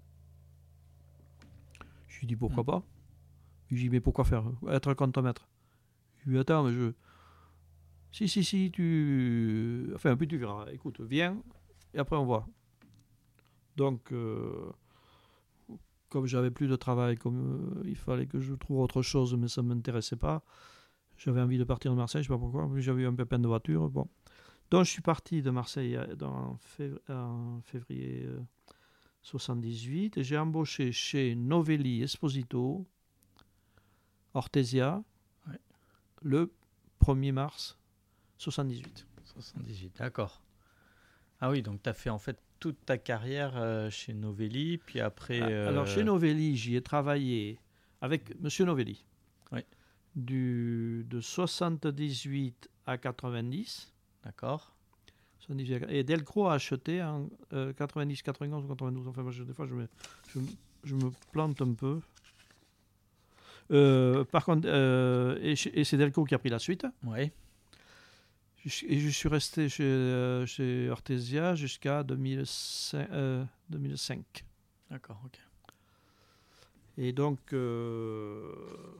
Je lui ai dit, pourquoi Mm. pas? Je lui ai dit, mais pourquoi faire? Être contre-maître. Je lui ai dit, attends, mais je... Si, si, si, tu... Enfin, puis tu verras. Écoute, viens, et après on voit. Donc, euh, comme j'avais plus de travail, comme euh, il fallait que je trouve autre chose, mais ça ne m'intéressait pas, j'avais envie de partir de Marseille, je ne sais pas pourquoi, puis j'avais eu un pépin de voiture. Bon. Donc, je suis parti de Marseille dans fév- en février euh, soixante-dix-huit, et j'ai embauché chez Novelli Esposito, Ortesia, Ouais. le premier mars soixante-dix-huit. soixante-dix-huit, d'accord. Ah oui, donc tu as fait en fait toute ta carrière euh, chez Novelli, puis après... euh, Alors, chez Novelli, j'y ai travaillé avec Monsieur Novelli. Oui. Du, de soixante-dix-huit à quatre-vingt-dix. D'accord. soixante-dix-huit à- Et Delcro a acheté en euh, quatre-vingt-dix, quatre-vingt-onze ou quatre-vingt-douze. Enfin, moi, je- des fois, je me, je, me- je me plante un peu. Euh, par contre, euh, et, chez- et c'est Delco qui a pris la suite. Oui. Je suis- Et je suis resté chez, euh, chez Ortesia jusqu'à deux mille cinq. euh, deux mille cinq. D'accord, ok. Et donc, euh,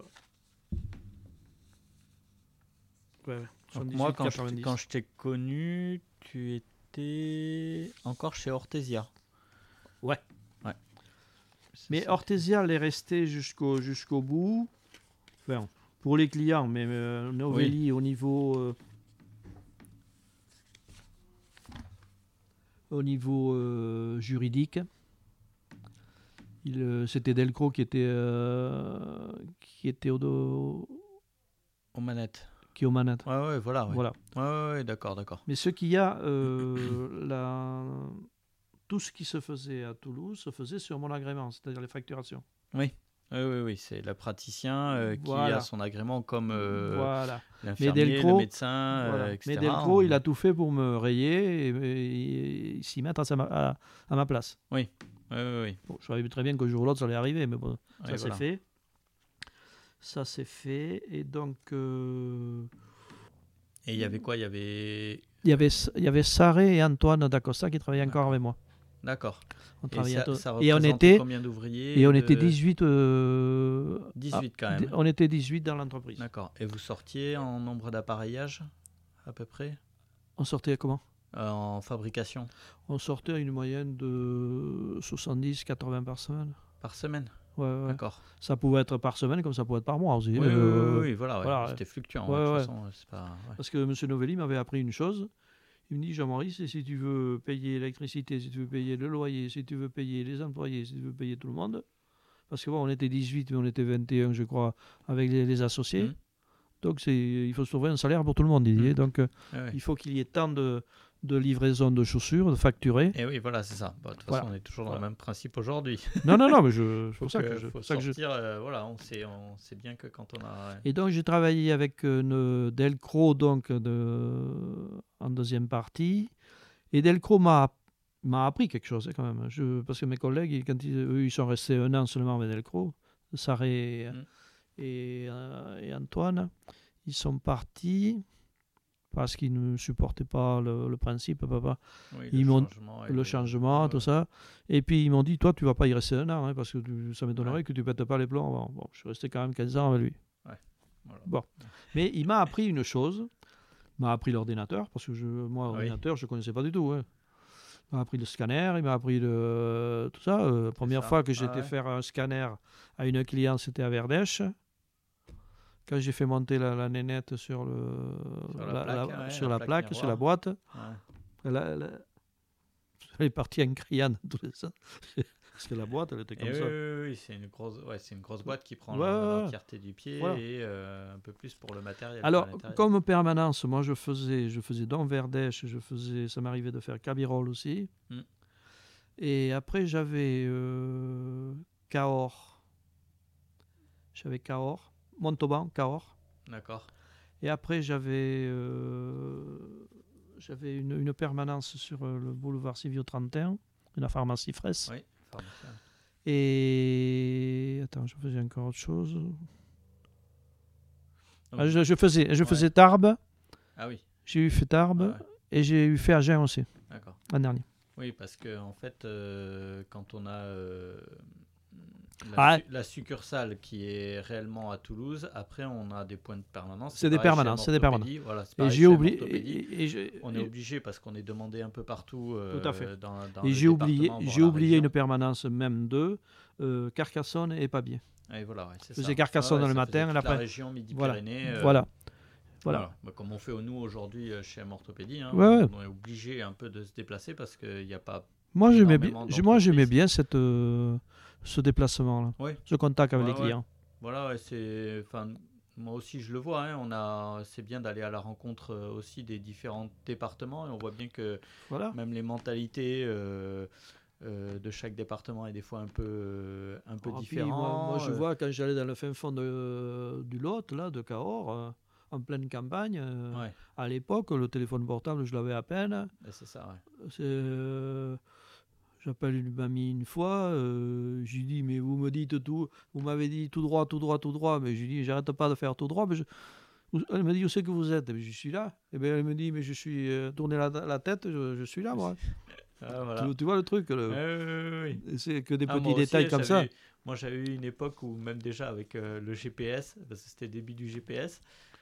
ouais, Donc moi, quand je, soixante-dix-huit, quand je t'ai connu, tu étais encore chez Ortesia. Ouais. Ouais. Ça, Mais c'est- Ortesia, elle est restée jusqu'au jusqu'au bout. Enfin, pour les clients, mais euh, Novelli, au niveau, euh, au niveau euh, juridique, il, euh, c'était Delcro qui était, euh, qui était au, do- Aux manettes. qui est aux manettes. Ouais, ouais, voilà. Ouais, Voilà. ouais, ouais, ouais, d'accord, d'accord. Mais ce qu'il y a, euh, la... tout ce qui se faisait à Toulouse se faisait sur mon agrément, c'est-à-dire les facturations. Oui, oui, oui, oui. C'est le praticien euh, qui Voilà. a son agrément comme euh, Voilà. l'infirmier, Delcro- le médecin, Voilà. euh, et cetera. Mais Delcro, il a tout fait pour me rayer et, et- et s'y mettre à, sa- à- à ma place. Oui, oui, oui. oui. Bon, je savais très bien qu'un jour ou l'autre, ça allait arriver, mais bon, Ouais, ça voilà. s'est fait. Ça s'est fait. Et donc, euh, Et il y avait quoi? Il y avait... il y avait, il y avait Saré et Antoine d'Acosta qui travaillaient encore D'accord. avec moi. D'accord. On Et travaillait à ça, to- ça et on représentait était, combien d'ouvriers? et on de- était dix-huit. euh, dix-huit quand ah, même. on était dix-huit dans l'entreprise. D'accord. Et vous sortiez en nombre d'appareillages, à peu près? On sortait comment? Euh, en fabrication? On sortait à une moyenne de soixante-dix quatre-vingts par semaine. Par semaine? Ouais, ouais. D'accord. Ça pouvait être par semaine comme ça pouvait être par mois aussi. Oui, hein, oui, euh, oui, oui, voilà. ouais. voilà, C'était fluctuant. ouais, ouais, de toute ouais. façon, c'est pas... ouais. Parce que M. Novelli m'avait appris une chose. Il me dit, Jean-Maurice, si tu veux payer l'électricité, si tu veux payer le loyer, si tu veux payer les employés, si tu veux payer tout le monde, parce que bon, on était dix-huit, mais on était vingt et un, je crois, avec les, les associés. Mhm. Donc c'est, il faut se trouver un salaire pour tout le monde, il dit. Mhm. Donc euh, Ouais, ouais. il faut qu'il y ait tant de, de livraison de chaussures, de facturer. Et oui, voilà, c'est ça. Bon, de toute Voilà. façon, on est toujours dans Voilà. le même principe aujourd'hui. Non, non, non, mais je, c'est Faut pour ça que, que je... faut ça que je- sortir, euh, voilà, on sait, on sait bien que quand on a... ouais. Et donc, j'ai travaillé avec une Delcro donc, de, en deuxième partie. Et Delcro m'a, m'a appris quelque chose, hein, quand même. Je, parce que mes collègues, ils- quand ils, eux, ils sont restés un an seulement avec Delcro, Saré et, Mm. et, euh, et Antoine, ils sont partis parce qu'ils ne supportaient pas le, le principe, papa. Oui, Ils le m'ont- changement. et le changement, ouais, tout ouais. ça. Et puis ils m'ont dit, toi, tu vas pas y rester un an, hein, parce que tu- ça m'étonnerait Ouais. que tu pètes pas les plombs. Bon, bon, je suis resté quand même quinze ans avec lui. Voilà. Bon. Mais il m'a appris une chose. Il m'a appris l'ordinateur, parce que je, moi, Oui. l'ordinateur, je ne connaissais pas du tout. Hein. Il m'a appris le scanner, il m'a appris le, tout ça. Euh, la première ça. fois que Ah j'étais ouais. faire un scanner à une cliente, c'était à Verdèche. Quand j'ai fait monter la, la nénette sur, le, Sur la plaque, ouais, sur la la plaque plaque, sur la miroir. boîte, Ouais. elle, a- elle a- elle est partie en criant dans tous les sens. Parce que la boîte, elle était Et comme oui, ça. oui, oui, c'est une grosse, ouais, c'est une grosse boîte qui prend Ouais, le- ouais, ouais. l'entièreté du pied Voilà. et euh, un peu plus pour le matériel. Alors, à l'intérieur. comme permanence, moi je faisais, je faisais dans Verdèche, je faisais, ça m'arrivait de faire Cabirol aussi. Mm. Et après j'avais euh, Cahors, j'avais Cahors, Montauban, Cahors. D'accord. Et après j'avais, euh, j'avais une, une permanence sur euh, le boulevard Silvio trente et un, la pharmacie Fraisse. Oui. Pharmacien. Et attends, je faisais encore autre chose. Donc, Ah, je, je faisais, je Ouais. faisais Tarbes, Ah oui. j'ai eu fait Tarbes Ouais, ouais. et j'ai eu fait Agen aussi, D'accord. l'an dernier. Oui, parce que en fait, euh, quand on a euh, la, Ah. su- la succursale qui est réellement à Toulouse, après on a des points de permanence. C'est des pareil chez permanences, c'est des Orthopédie, Voilà, c'est Et pareil j'ai chez oublié. Orthopédie. Et, et j'ai- On est et- obligé parce qu'on est demandé un peu partout euh, Tout à fait. dans, dans et le j'ai oublié, département, voire j'ai la oublié région. une permanence même de euh, Carcassonne et Pabier. Et voilà, ouais, c'est Je ça. faisais Carcassonne Ouais, le ça matin, faisait et toute après- la région Voilà. Midi-Pyrénées. euh, Voilà. Voilà. Voilà. Bah, comme on fait nous aujourd'hui euh, chez M Orthopédie, hein, Ouais, on, ouais. on est obligé un peu de se déplacer parce qu'il n'y a pas. Moi j'aimais bien, énormément j'ai- moi j'aimais d'entreprises. bien cette, euh, ce déplacement-là, Oui. ce contact avec Ouais, les ouais. clients. Voilà, ouais, c'est. Enfin, moi aussi je le vois. Hein, on a. C'est bien d'aller à la rencontre euh, aussi des différents départements et on voit bien que Voilà. même les mentalités. euh, euh, de chaque département est des fois un peu, euh, un peu Ah, puis, différent. moi, moi, je euh, vois quand j'allais dans le fin fond de, du Lot, là, de Cahors, euh, en pleine campagne, euh, ouais, à l'époque, le téléphone portable, je l'avais à peine. et c'est ça, ouais. C'est, euh, j'appelle une mamie une fois, euh, je lui dis, mais vous me dites tout, vous m'avez dit tout droit, tout droit, tout droit, mais je lui dis, j'arrête pas de faire tout droit. Mais je- où- elle me dit, où c'est que vous êtes? Et je suis là. Et bien, elle me dit, mais je suis euh, tourné la, la tête, je, je suis là, moi. Ah, voilà. Tu, tu vois le truc, le- Ouais, oui, oui, oui. c'est que des Ah, petits moi aussi, détails comme ça. j'avais- Moi, j'avais eu une époque où, même déjà avec euh, le G P S, parce que c'était le début du G P S,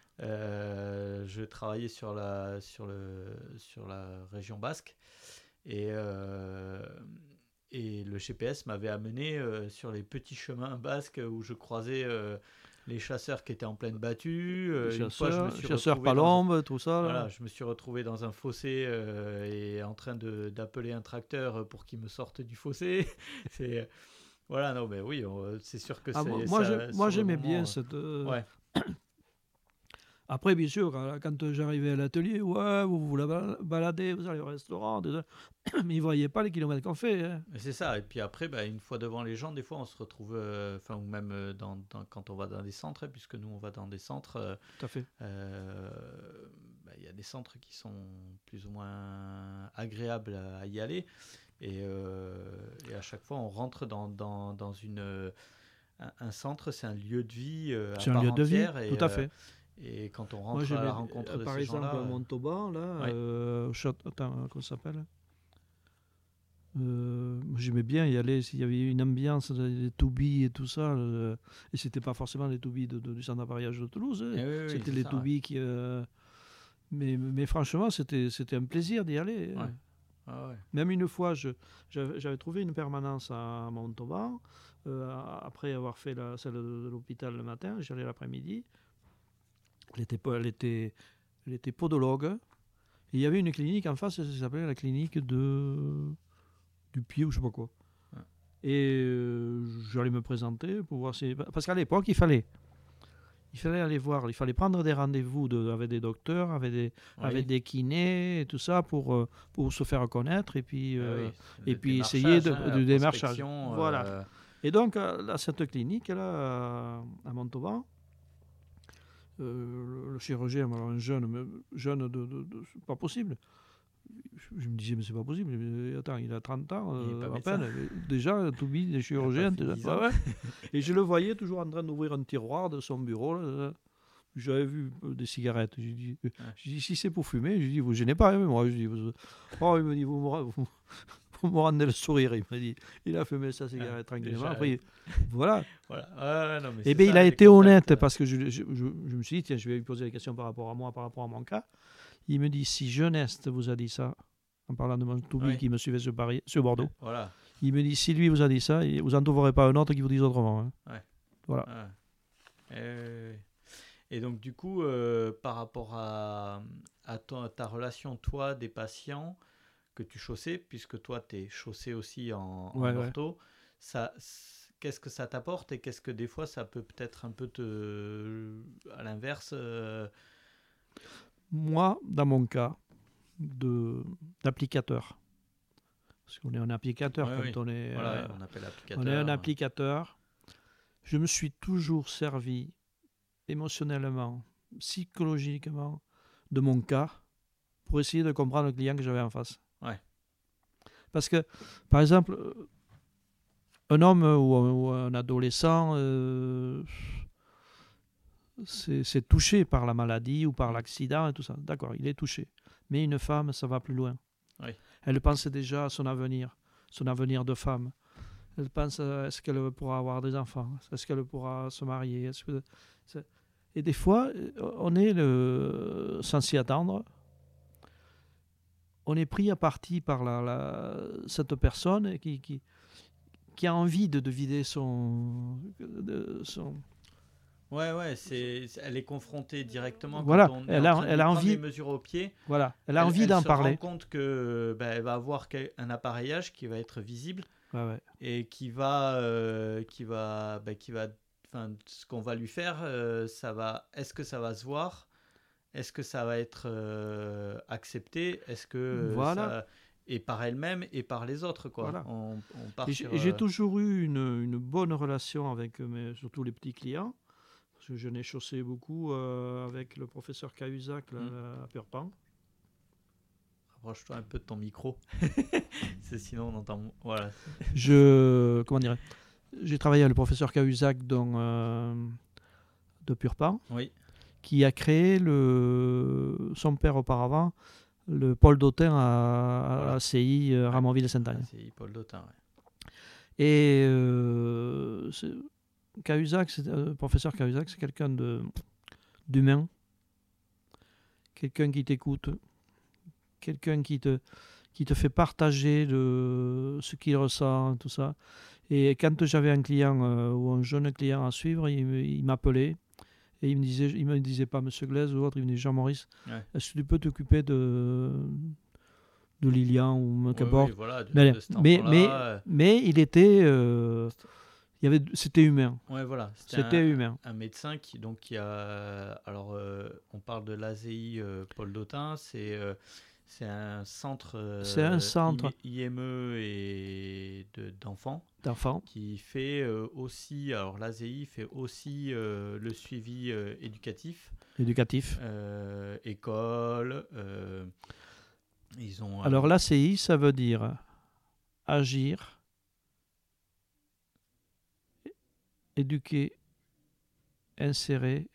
euh, je travaillais sur la, sur, le, sur la région basque. Et, euh, et le G P S m'avait amené euh, sur les petits chemins basques où je croisais euh, les chasseurs qui étaient en pleine battue. Euh, Les une fois, je me chasseurs, suis chasseurs retrouvé dans un- palombes, tout ça. là. Voilà, je me suis retrouvé dans un fossé euh, et en train de, d'appeler un tracteur pour qu'il me sorte du fossé. C'est, voilà, non, mais oui, on- c'est sûr que Ah, c'est. moi, moi, ça, j'ai- moi, sur le j'aimais moment, bien euh, cette. euh, Ouais, Après, bien sûr, quand, quand j'arrivais à l'atelier, ouais, vous vous la bal- baladez, vous allez au restaurant, tout ça. Mais ils ne voyaient pas les kilomètres qu'on fait. hein. mais c'est ça. Et puis après, bah, une fois devant les gens, des fois, on se retrouve, euh, enfin, ou même euh, dans, dans- quand on va dans des centres, hein, puisque nous, on va dans des centres. euh, Tout à fait. Euh, bah, il y a des centres qui sont plus ou moins agréables à, à y aller et, euh, et à chaque fois on rentre dans, dans, dans une, euh, un, un centre, c'est un lieu de vie euh, à C'est un part lieu de vie, entière et, tout à euh, fait. et quand on Moi, rentre à j'aimais- la rencontre euh, de par ces exemple, gens-là à euh, Montauban, là, ouais. euh, au château- attends, comment ça s'appelle Euh, moi, J'aimais bien y aller, s'il y avait une ambiance, des toubis et tout ça. euh, et c'était pas forcément les toubis de, de- du centre d'appareillage de Toulouse. hein. eh oui, oui, C'était c'est les ça, toubis qui. euh, mais, mais franchement, c'était c'était un plaisir d'y aller. hein. Ouais. Ah ouais. Même une fois, je- j'avais j'avais trouvé une permanence à Montauban. euh, après avoir fait la, celle de, de l'hôpital le matin, j'y allais l'après-midi. Elle était, pas- elle, était, elle était podologue. Et il y avait une clinique en face, ça s'appelait la clinique de, du pied ou je sais pas quoi. Ouais. Et euh, j'allais me présenter pour voir si. Parce qu'à l'époque, il fallait. il fallait aller voir, il fallait prendre des rendez-vous de, avec des docteurs, avec des, Oui. avec des kinés et tout ça pour, euh, pour se faire connaître et puis, Ah euh, oui, et le puis essayer de, démarchage, hein, de la démarchage. prospection, Voilà. euh, Et donc, à, à cette clinique, là, à, à Montauban, euh, le, le chirurgien, alors un jeune, mais jeune de, de, de- c'est pas possible. Je, je me disais, mais c'est pas possible. Mais attends, il a trente ans, Il est euh, pas à médecin. peine. Mais déjà, tout mis, des chirurgiens. fait dix Ouais, ans. ouais. Et je le voyais toujours en train d'ouvrir un tiroir de son bureau. Là. J'avais vu euh, des cigarettes. J'ai dit, euh, Ouais. j'ai dit, si c'est pour fumer, je dis, vous gênez pas, hein, moi. Je dis, vous- oh, il me dit, vous me, ra- vous, vous me rendez le sourire. Il m'a dit, il a fumé sa cigarette Ah, tranquillement. déjà, Après, il- voilà. Voilà. Ouais, ouais, non, mais Eh c'est bien, ça, il a les été contacts, honnête euh, parce que je, je, je- je me suis dit, tiens, je vais lui poser des questions par rapport à moi, par rapport à mon cas. Il me dit, si Jeuneste vous a dit ça, en parlant de mon Toubi Oui. qui me suivait sur, Paris, sur Bordeaux, Voilà. il me dit, si lui vous a dit ça, vous n'en trouverez pas un autre qui vous dise autrement. hein. Ouais. Voilà. Ouais. Et, et donc, du coup, euh, par rapport à, à, ton- à ta relation, toi, des patients que tu chaussais, puisque toi, tu es chaussé aussi en, en Ouais, ouais. ortho, ça, c- qu'est-ce que ça t'apporte et qu'est-ce que des fois, ça peut peut-être un peu te. À l'inverse. euh, Moi, dans mon cas, de, d'applicateur, parce qu'on est un applicateur ouais, quand oui. on est, Voilà, euh, on appelle applicateur. on est un applicateur, je me suis toujours servi émotionnellement, psychologiquement, de mon cas pour essayer de comprendre le client que j'avais en face. Ouais. Parce que, par exemple, euh, un homme ou un, ou un adolescent, euh, c'est, c'est touché par la maladie ou par l'accident et tout ça. D'accord, il est touché. Mais une femme, ça va plus loin. Oui. Elle pense déjà à son avenir, son avenir de femme. Elle pense à est-ce qu'elle pourra avoir des enfants, est-ce qu'elle pourra se marier. Est-ce que... c'est- Et des fois, on est, le... sans s'y attendre, on est pris à partie par la, la... cette personne qui, qui, qui a envie de, de vider son, de, son... Ouais, ouais, c'est, c'est- elle est confrontée directement Voilà, quand on est elle en a, train de elle lui a prendre envie, les mesures au pied. voilà, elle a Elle, envie elle d'en se parler. rend compte que ben, elle va avoir quel- un appareillage qui va être visible Ouais, ouais. et qui va, euh, qui va, ben, qui va, enfin, ce qu'on va lui faire, euh, ça va. Est-ce que ça va se voir? Est-ce que ça va être euh, accepté? Est-ce que euh, Voilà. ça et par elle-même et par les autres, quoi. Voilà. On, on part Et sur. j'ai, j'ai euh, toujours eu une, une bonne relation avec mes, surtout les petits clients. Parce que je n'ai chaussé beaucoup euh, avec le professeur Cahuzac là, Mm. à Purpan. Rapproche-toi un peu de ton micro. C'est sinon on entend. Voilà. Je, comment dirais J'ai travaillé avec le professeur Cahuzac dans, euh, de Purpan, Oui. qui a créé le, son père auparavant, le pôle d'Autun à, à Voilà. A C I euh, Ouais. Ramonville-Saint-Agne. Ah, c'est Paul Dautin, ouais. Et euh, c'est- Cahuzac, c'est, euh, professeur Cahuzac, c'est quelqu'un de, d'humain, quelqu'un qui t'écoute, quelqu'un qui te, qui te fait partager de ce qu'il ressent, tout ça. Et quand j'avais un client euh, ou un jeune client à suivre, il, me- il m'appelait et il me disait, il me disait pas Monsieur Glaise ou autre, il me disait Jean-Maurice, Ouais. est-ce que tu peux t'occuper de, de Lilian ou Oui, qu'importe. oui, voilà, de, mais, de cet mais, enfant-là, mais, euh, mais il était, euh, il y avait, c'était humain. ouais, voilà, c'était C'était un, humain. un médecin qui, donc, qui a. Alors, euh, on parle de l'A S E I euh, Paul Dautin, c'est euh, c'est un centre, euh, C'est un centre I M E et de- d'enfants d'enfants. qui fait euh, aussi. Alors, l'A S E I fait aussi euh, le suivi euh, éducatif, Éducatif. euh, école. euh, ils ont. un- Alors l'A C I, ça veut dire agir, éduquer, insérer,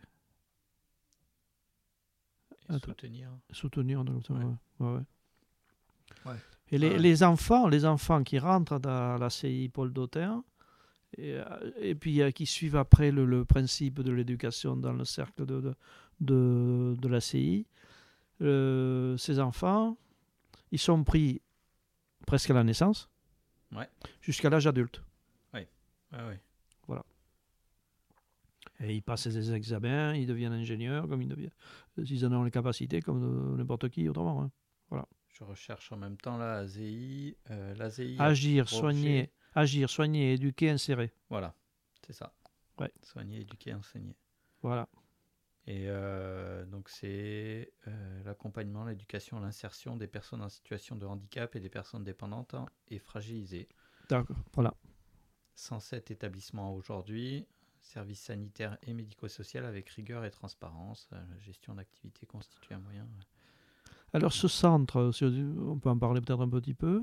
et attends. soutenir. soutenir. donc, Ouais. ouais, ouais, ouais. Ouais. Et les, Ouais. les enfants, les enfants qui rentrent dans l'A C I Paul Dautin et, euh, et puis euh, qui suivent après le, le principe de l'éducation dans le cercle de, de, de, de l'A C I, euh, ces enfants, ils sont pris presque à la naissance, Ouais. jusqu'à l'âge adulte. Ouais, ouais. Et ils passent des examens, ils deviennent ingénieurs, comme ils deviennent, ils en ont les capacités comme de, n'importe qui autrement. hein. Je recherche en même temps la A S E I. Euh, l'A S E I a Agir, pour soigner, objet- agir, soigner, éduquer, insérer. Voilà, c'est ça. Ouais. Soigner, éduquer, enseigner. Voilà. Et euh, donc c'est euh, l'accompagnement, l'éducation, l'insertion des personnes en situation de handicap et des personnes dépendantes et fragilisées. D'accord, voilà. cent sept établissements aujourd'hui, services sanitaires et médico-social avec rigueur et transparence. La gestion d'activité constitue un moyen. Alors ce centre, on peut en parler peut-être un petit peu.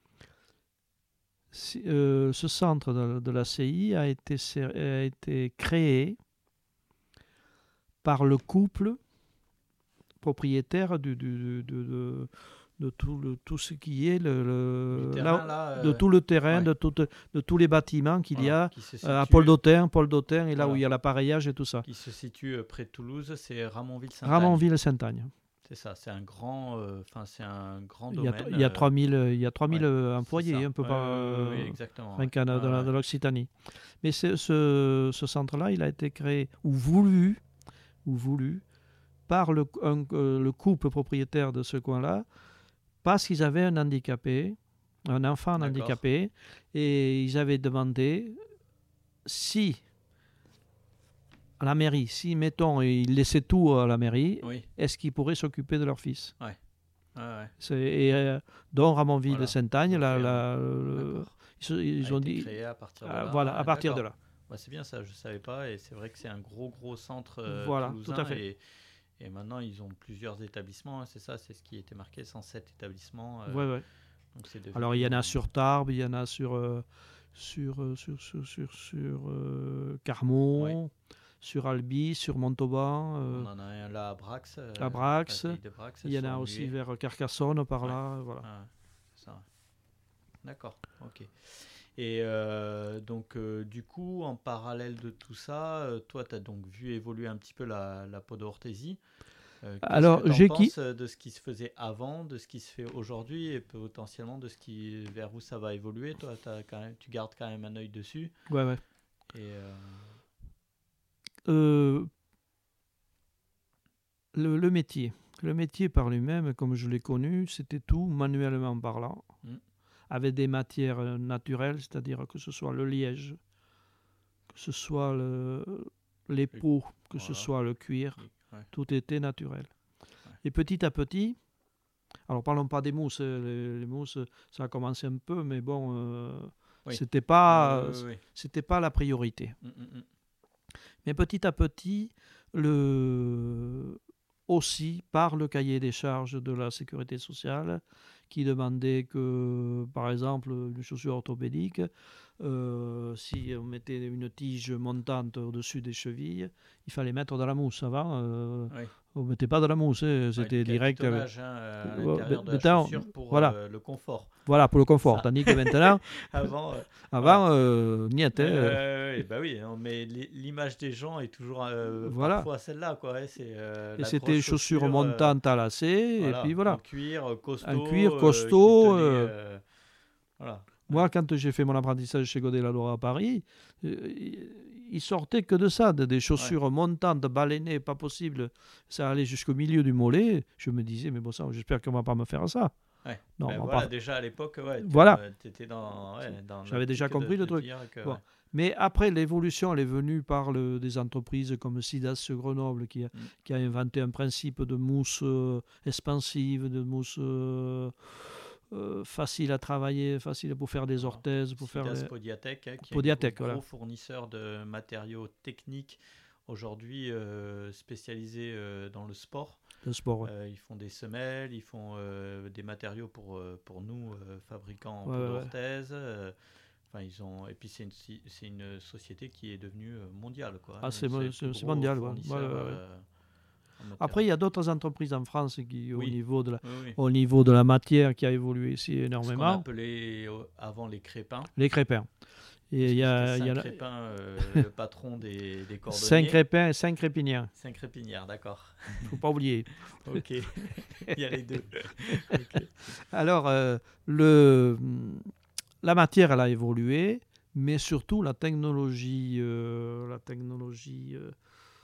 Si, euh, ce centre de, de la C I a été, a été créé par le couple propriétaire du, du, de, de, de tout, le, tout ce qui est le, le terrain, là, là, euh, de tout le terrain, ouais. de, tout, de tous les bâtiments qu'il voilà, y a situe, à Paul d'Autun, Paul d'Autun et là voilà, où il y a l'appareillage et tout ça. Qui se situe près de Toulouse, c'est Ramonville-Saint-Agne. Ramonville-Saint-Agne. C'est ça, c'est un grand, enfin euh, c'est un grand il y a, domaine. Il y a trois mille, il y a trois mille ouais, employés, un peu ouais, par, euh, oui, exactement. Ouais. Ouais. De, ouais, de l'Occitanie. Mais ce, ce centre-là, il a été créé ou voulu, ou voulu par le, un, le couple propriétaire de ce coin-là, parce qu'ils avaient un handicapé, un enfant D'accord. handicapé, et ils avaient demandé si à la mairie, si mettons ils laissaient tout à la mairie, oui. est-ce qu'ils pourraient s'occuper de leur fils? Ouais. Ah ouais. Et euh, dans Ramonville-Saint-Agne, voilà. la, la, le, ils, ils ont dit créé à partir de euh, là. Voilà, à partir D'accord. de là. Ouais, c'est bien ça, je savais pas, et c'est vrai que c'est un gros gros centre euh, voilà, toulousain, tout à fait. Et, et maintenant ils ont plusieurs établissements, hein, c'est ça, c'est ce qui était marqué, cent sept établissements. Euh, ouais, ouais. Donc c'est devenu... Alors il y en a sur Tarbes, il y en a sur euh, sur sur sur sur, sur euh, Carmont. Ouais. Sur Albi, sur Montauban. Euh, On en a un là à Brax. Euh, à Brax. Brax il y en a aussi Muet. Vers Carcassonne, par ouais. là. Voilà. Ah, c'est ça. D'accord, ok. Et euh, donc, euh, du coup, en parallèle de tout ça, euh, toi, tu as donc vu évoluer un petit peu la, la podorthèsie. Euh, Alors, j'ai qui de ce qui se faisait avant, de ce qui se fait aujourd'hui et potentiellement de ce qui vers où ça va évoluer. Toi, t'as quand même, tu gardes quand même un œil dessus. Ouais, ouais. Et euh... Euh, le, le métier. Le métier par lui-même, comme je l'ai connu, c'était tout manuellement parlant, mm. avec des matières naturelles, c'est-à-dire que ce soit le liège, que ce soit le, les peaux, que voilà. ce soit le cuir, ouais. tout était naturel. Ouais. Et petit à petit, alors parlons pas des mousses, les, les mousses, ça a commencé un peu, mais bon, euh, oui. c'était pas, euh, oui, oui, c'était pas la priorité. Mm, mm, mm. Mais petit à petit, le... aussi par le cahier des charges de la sécurité sociale, qui demandait que, par exemple, une chaussure orthopédique, euh, si on mettait une tige montante au-dessus des chevilles, il fallait mettre de la mousse avant. Euh, oui. On ne mettait pas de la mousse, hein, c'était ouais, direct. Avec... Hein, à l'intérieur de la chaussure pour voilà. euh, le confort. Voilà, pour le confort. Ça. Tandis que maintenant, avant, euh, avant voilà. euh, niet. Hein, euh, euh, bah oui, mais l'image des gens est toujours euh, voilà. parfois celle-là. Quoi, ouais, c'est, euh, et c'était chaussures chaussure montantes à lacets, voilà, et puis voilà. En cuir costaud. Un cuir costaud. Euh, tenait, euh, voilà. Moi, quand j'ai fait mon apprentissage chez Godet-Ladora à Paris, euh, il sortait que de ça, de, des chaussures ouais. montantes, baleinées, pas possible. Ça allait jusqu'au milieu du mollet. Je me disais, mais bon sang, j'espère qu'on ne va pas me faire ça. Ouais. Non, ben voilà, pas... déjà à l'époque, ouais, voilà. tu étais dans, ouais, dans j'avais déjà compris de, le truc. Que, bon. ouais. Mais après, l'évolution, elle est venue par le, des entreprises comme Sidas Grenoble, qui a, mm. qui a inventé un principe de mousse euh, expansive, de mousse euh, euh, facile à travailler, facile pour faire des orthèses. Pour Sidas faire les... Podiatec, hein, qui Podiatec, est un gros voilà. fournisseur de matériaux techniques, aujourd'hui euh, spécialisés euh, dans le sport. Le sport, ouais. euh, ils font des semelles, ils font euh, des matériaux pour, euh, pour nous, euh, fabricants ouais, d'orthèses. Ouais. Euh, enfin, ils ont... Et puis, c'est une, c'est une société qui est devenue mondiale. Quoi. Ah, c'est, c'est, c'est, c'est mondial. Ouais. Ouais, ouais, ouais. Euh, Après, il y a d'autres entreprises en France qui, oui. au, niveau de la, oui, oui. au niveau de la matière, qui a évolué ici énormément. Ce qu'on appelait avant les crépins. Les crépins. Et il y a, y a Crépin, euh, le patron des, des cordonniers. Saint Crépin et Saint Crépinière. Saint Crépinière, d'accord. Il ne faut pas oublier. Ok, il y a les deux. Okay. Alors, euh, le, la matière, elle a évolué, mais surtout la technologie, euh, la technologie euh,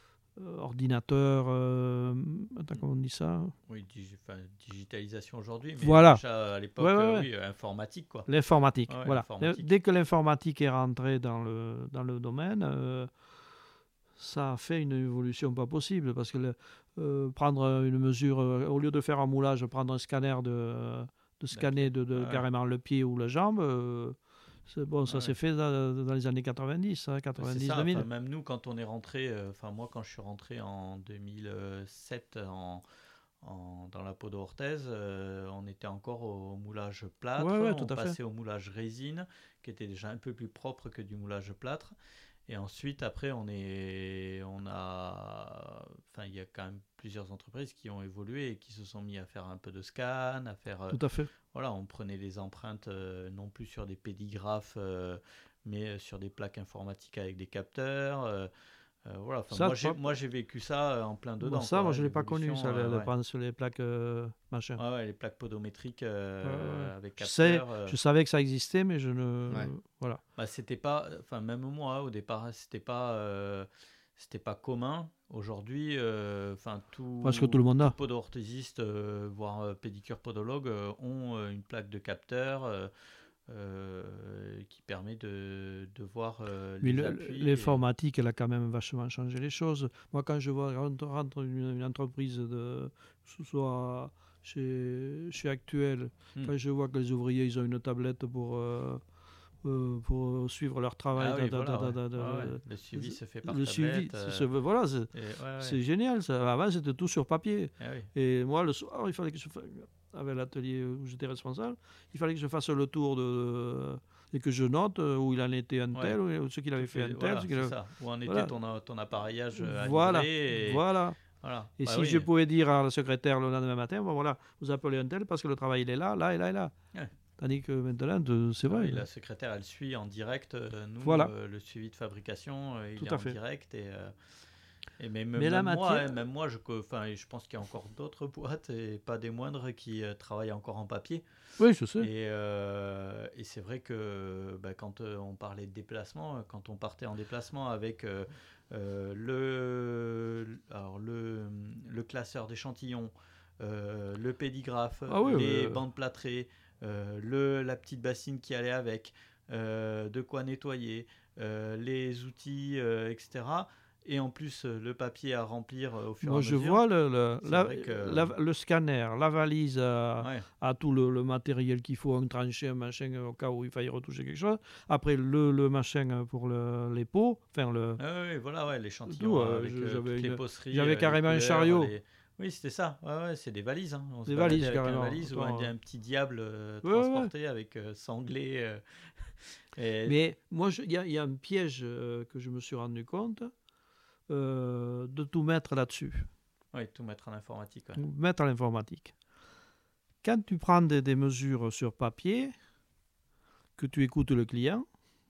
ordinateur, euh, attends, comment on dit ça? Oui, digi- digitalisation aujourd'hui, mais voilà. déjà à l'époque, ouais, ouais, ouais. Euh, oui, informatique, quoi. L'informatique, ouais, voilà. L'informatique. Dès que l'informatique est rentrée dans le, dans le domaine, euh, ça a fait une évolution pas possible parce que le, euh, prendre une mesure, euh, au lieu de faire un moulage, prendre un scanner, de, de scanner de, de, ouais. carrément le pied ou la jambe, euh, c'est, bon, ça ouais. s'est fait dans, dans les années quatre-vingt-dix, hein, quatre-vingt-dix deux mille. Enfin, même nous, quand on est rentré, enfin euh, moi quand je suis rentré en deux mille sept en, en, dans la peau d'Orthez, euh, on était encore au moulage plâtre, ouais, ouais, tout on à passait fait. au moulage résine, qui était déjà un peu plus propre que du moulage plâtre. Et ensuite, après, on est, on a, enfin, il y a quand même plusieurs entreprises qui ont évolué et qui se sont mis à faire un peu de scan, à faire, tout à fait. Voilà, on prenait les empreintes euh, non plus sur des pédigraphes, euh, mais sur des plaques informatiques avec des capteurs. Euh, euh, voilà, ça, moi, j'ai, moi j'ai vécu ça en plein dedans. Bon, ça, quoi, moi je ne l'ai pas l'évolution, connu, ça, euh, le, ouais. prendre sur les plaques euh, machin. Ouais, ouais, les plaques podométriques euh, ouais, ouais. avec je, sais, capteurs. Euh... je savais que ça existait, mais je ne. Ouais. Voilà. Bah, c'était pas, enfin, même moi au départ, c'était pas. Euh... C'était pas commun. Aujourd'hui, enfin euh, tout, parce que tout le monde a. Podorthésiste, euh, voire euh, pédicure podologue, euh, ont euh, une plaque de capteur euh, euh, qui permet de, de voir euh, les Mais appuis. L'informatique, et... elle a quand même vachement changé les choses. Moi, quand je vois rentrer une, une entreprise, de, que ce soit chez, chez Actuel, hmm. quand je vois que les ouvriers ils ont une tablette pour. Euh, Euh, pour suivre leur travail. Ah oui, da, voilà, da, da, da, ouais. Ouais, ouais. Le suivi se fait par le tablette. Suivi, euh... se, voilà, c'est, et, ouais, ouais. c'est génial. Ça. Avant, c'était tout sur papier. Ah oui. Et moi, le soir, il fallait que je fasse, avec l'atelier où j'étais responsable, il fallait que je fasse le tour de... et que je note où il en était un tel, ouais. ou ce qu'il avait fait un tel. Voilà, ce qu'il c'est avait... ça. Où en était voilà. ton, ton appareillage à voilà. livrer. Et... Voilà. Voilà. Et bah si oui. je pouvais dire à la secrétaire le lendemain matin, bon, voilà, vous appelez un tel parce que le travail il est là, là et là et là. Ouais. Tandis que maintenant, de, c'est vrai. Ah oui, la secrétaire, elle suit en direct. Euh, nous, voilà. euh, le suivi de fabrication, euh, il Tout est à en fait. direct. Et, euh, et même, Mais même, la moi, matière... hein, même moi, je, je pense qu'il y a encore d'autres boîtes, et pas des moindres, qui euh, travaillent encore en papier. Oui, je sais. Et, euh, et c'est vrai que bah, quand euh, on parlait de déplacement, quand on partait en déplacement avec euh, euh, le, alors le, le classeur d'échantillons, euh, le pédigraphe, ah oui, les mais... bandes plâtrées, euh, le, la petite bassine qui allait avec, euh, de quoi nettoyer, euh, les outils, euh, et cetera. Et en plus, le papier à remplir au fur Moi, et à mesure. Moi, je vois le, le, la, que... la, le scanner, la valise à, ouais. à tout le, le matériel qu'il faut, un tranché, un machin, au cas où il faille retoucher quelque chose. Après, le, le machin pour le, les pots, enfin le... Ah oui, voilà, ouais, l'échantillon euh, avec euh, toutes une... les posteries. J'avais carrément couleurs, un chariot. Les... Oui, c'était ça. Ouais, ouais, c'est des valises. Hein. On des se valises, avec carrément. Une valise ou un, un petit diable euh, ouais, transporté ouais. avec euh, sanglé. Euh, et... Mais moi, il y, y a un piège euh, que je me suis rendu compte. Euh, de tout mettre là-dessus. Oui, tout mettre en informatique. Ouais. Tout mettre en informatique. Quand tu prends des, des mesures sur papier, que tu écoutes le client,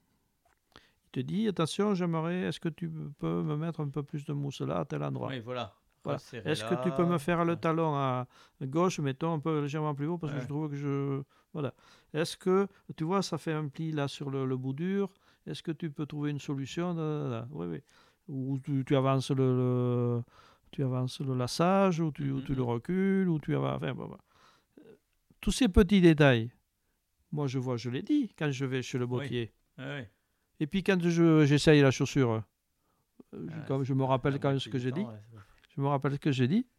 il te dit, attention, j'aimerais, est-ce que tu peux me mettre un peu plus de mousse là, à tel endroit? Oui, voilà. voilà. Est-ce là. que tu peux me faire le ouais. talon à gauche, mettons un peu légèrement plus haut, parce ouais. que je trouve que je... Voilà. Est-ce que, tu vois, ça fait un pli là sur le, le bout dur, est-ce que tu peux trouver une solution? Oui, oui. Ou tu, tu avances le, le tu avances le lassage, ou tu, mm-hmm. ou tu le recules, ou tu avances, enfin, bon, bon. Tous ces petits détails, moi je vois, je l'ai dit quand je vais chez le bottier. Oui. Oui. Et puis quand je, j'essaye la chaussure, ah, comme je me rappelle quand ce que j'ai dit, ouais, je me rappelle ce que j'ai dit,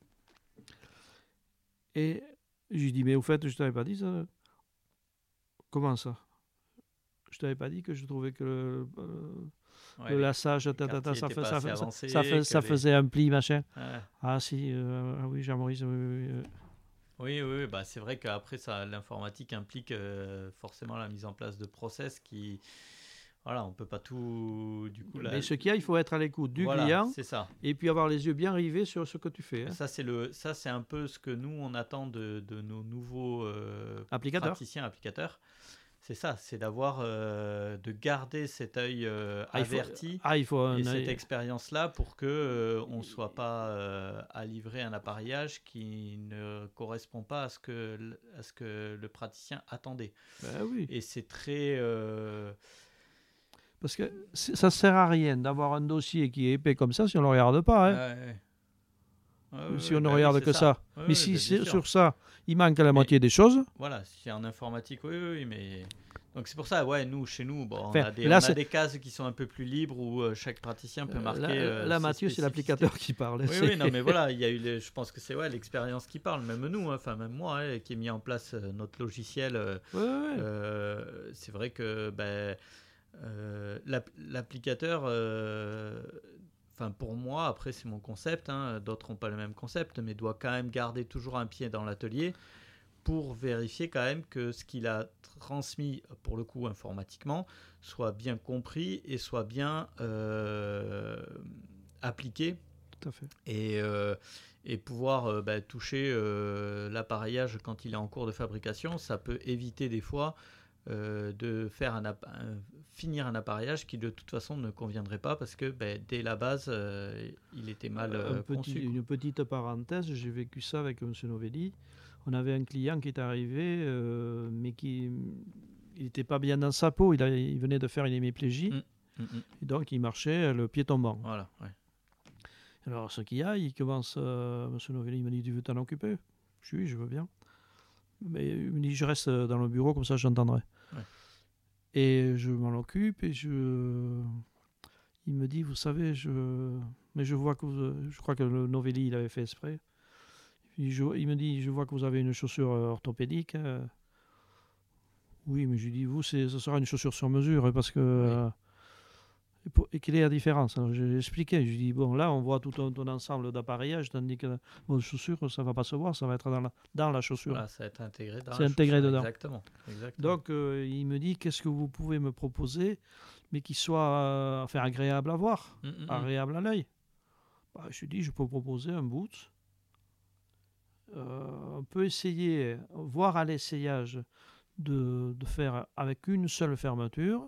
et je lui dis mais au fait je t'avais pas dit ça. Comment ça? Je t'avais pas dit que je trouvais que le, euh, ouais, le lassage, ta, ta, ta, ça, fait, ça, fait, avancé, ça, fait, ça les... faisait un pli, machin. Ouais. Ah si, euh, ah oui, Jean-Maurice. Oui, oui, oui, oui, bah, c'est vrai qu'après, ça, l'informatique implique euh, forcément la mise en place de process qui... Voilà, on peut pas tout... Du coup, là... Mais ce qu'il y a, il faut être à l'écoute du voilà, client. C'est ça. Et puis avoir les yeux bien rivés sur ce que tu fais. Hein. Ça, c'est le, ça, c'est un peu ce que nous, on attend de, de nos nouveaux euh, applicateurs. praticiens, applicateurs. C'est ça, c'est d'avoir, euh, de garder cet œil euh, ah, averti faut, ah, il faut et cette expérience-là pour que euh, on ne soit pas euh, à livrer un appareillage qui ne correspond pas à ce que, à ce que le praticien attendait. Ben oui. Et c'est très... Euh... Parce que ça ne sert à rien d'avoir un dossier qui est épais comme ça si on ne le regarde pas. Hein. Ah, ouais. Ah, ouais, si on ne bah regarde oui, que ça. ça. Ouais, mais ouais, si bah, c'est sûr. Sur ça, il manque la mais, moitié des choses. Voilà, si en informatique, oui, oui, mais Donc c'est pour ça, ouais, nous, chez nous, bon, Enfin, on, a des, là, on a des cases qui sont un peu plus libres où euh, chaque praticien peut marquer. Là, euh, là ses Mathieu, c'est l'applicateur qui parle. Oui, c'est... oui, non, mais voilà, il y a eu, les, je pense que c'est ouais, l'expérience qui parle, même nous, hein, enfin même moi, hein, qui ai mis en place euh, notre logiciel. Euh, ouais, ouais. euh, c'est vrai que ben, euh, l'app- l'applicateur, euh, enfin pour moi, après c'est mon concept, hein, d'autres n'ont pas le même concept, mais doit quand même garder toujours un pied dans l'atelier pour vérifier quand même que ce qu'il a transmis, pour le coup informatiquement, soit bien compris et soit bien euh, appliqué. Tout à fait. Et, euh, et pouvoir euh, bah, toucher euh, l'appareillage quand il est en cours de fabrication, ça peut éviter des fois euh, de faire un, app- un- finir un appareillage qui de toute façon ne conviendrait pas parce que bah, dès la base, euh, il était mal euh, Un petit- conçu. une petite parenthèse, j'ai vécu ça avec M. Novelli. On avait un client qui est arrivé, euh, mais qui n'était pas bien dans sa peau. Il, a- il venait de faire une hémiplégie, Mm, mm, mm. et donc il marchait le pied tombant. Voilà, ouais. Alors, ce qu'il y a, il commence, euh, M. Novelli il me dit, tu veux t'en occuper? Je dis, oui, je veux bien. Mais il me dit, je reste dans le bureau, comme ça j'entendrai. Ouais. Et je m'en occupe, et je... il me dit, vous savez, je... mais je vois que vous... je crois que le Novelli, il avait fait exprès. Il, je... il me dit, je vois que vous avez une chaussure orthopédique. Euh... Oui, mais je lui dis, vous, c'est... ce sera une chaussure sur mesure, parce que... Oui. Euh... Et, pour... et quelle est la différence? Alors, j'ai expliqué, je lui dis, bon, là, on voit tout un, un ensemble d'appareillages, tandis que votre chaussure, ça ne va pas se voir, ça va être dans la, dans la chaussure. Voilà, ça va être intégré dans C'est la intégré chaussure, dedans. Exactement. exactement. Donc, euh, il me dit, qu'est-ce que vous pouvez me proposer, mais qui soit euh, enfin, agréable à voir, Mm, mm, mm. agréable à l'œil. Bah, je lui dis, je peux proposer un boot. Euh, on peut essayer, voir à l'essayage, de, de faire avec une seule fermeture,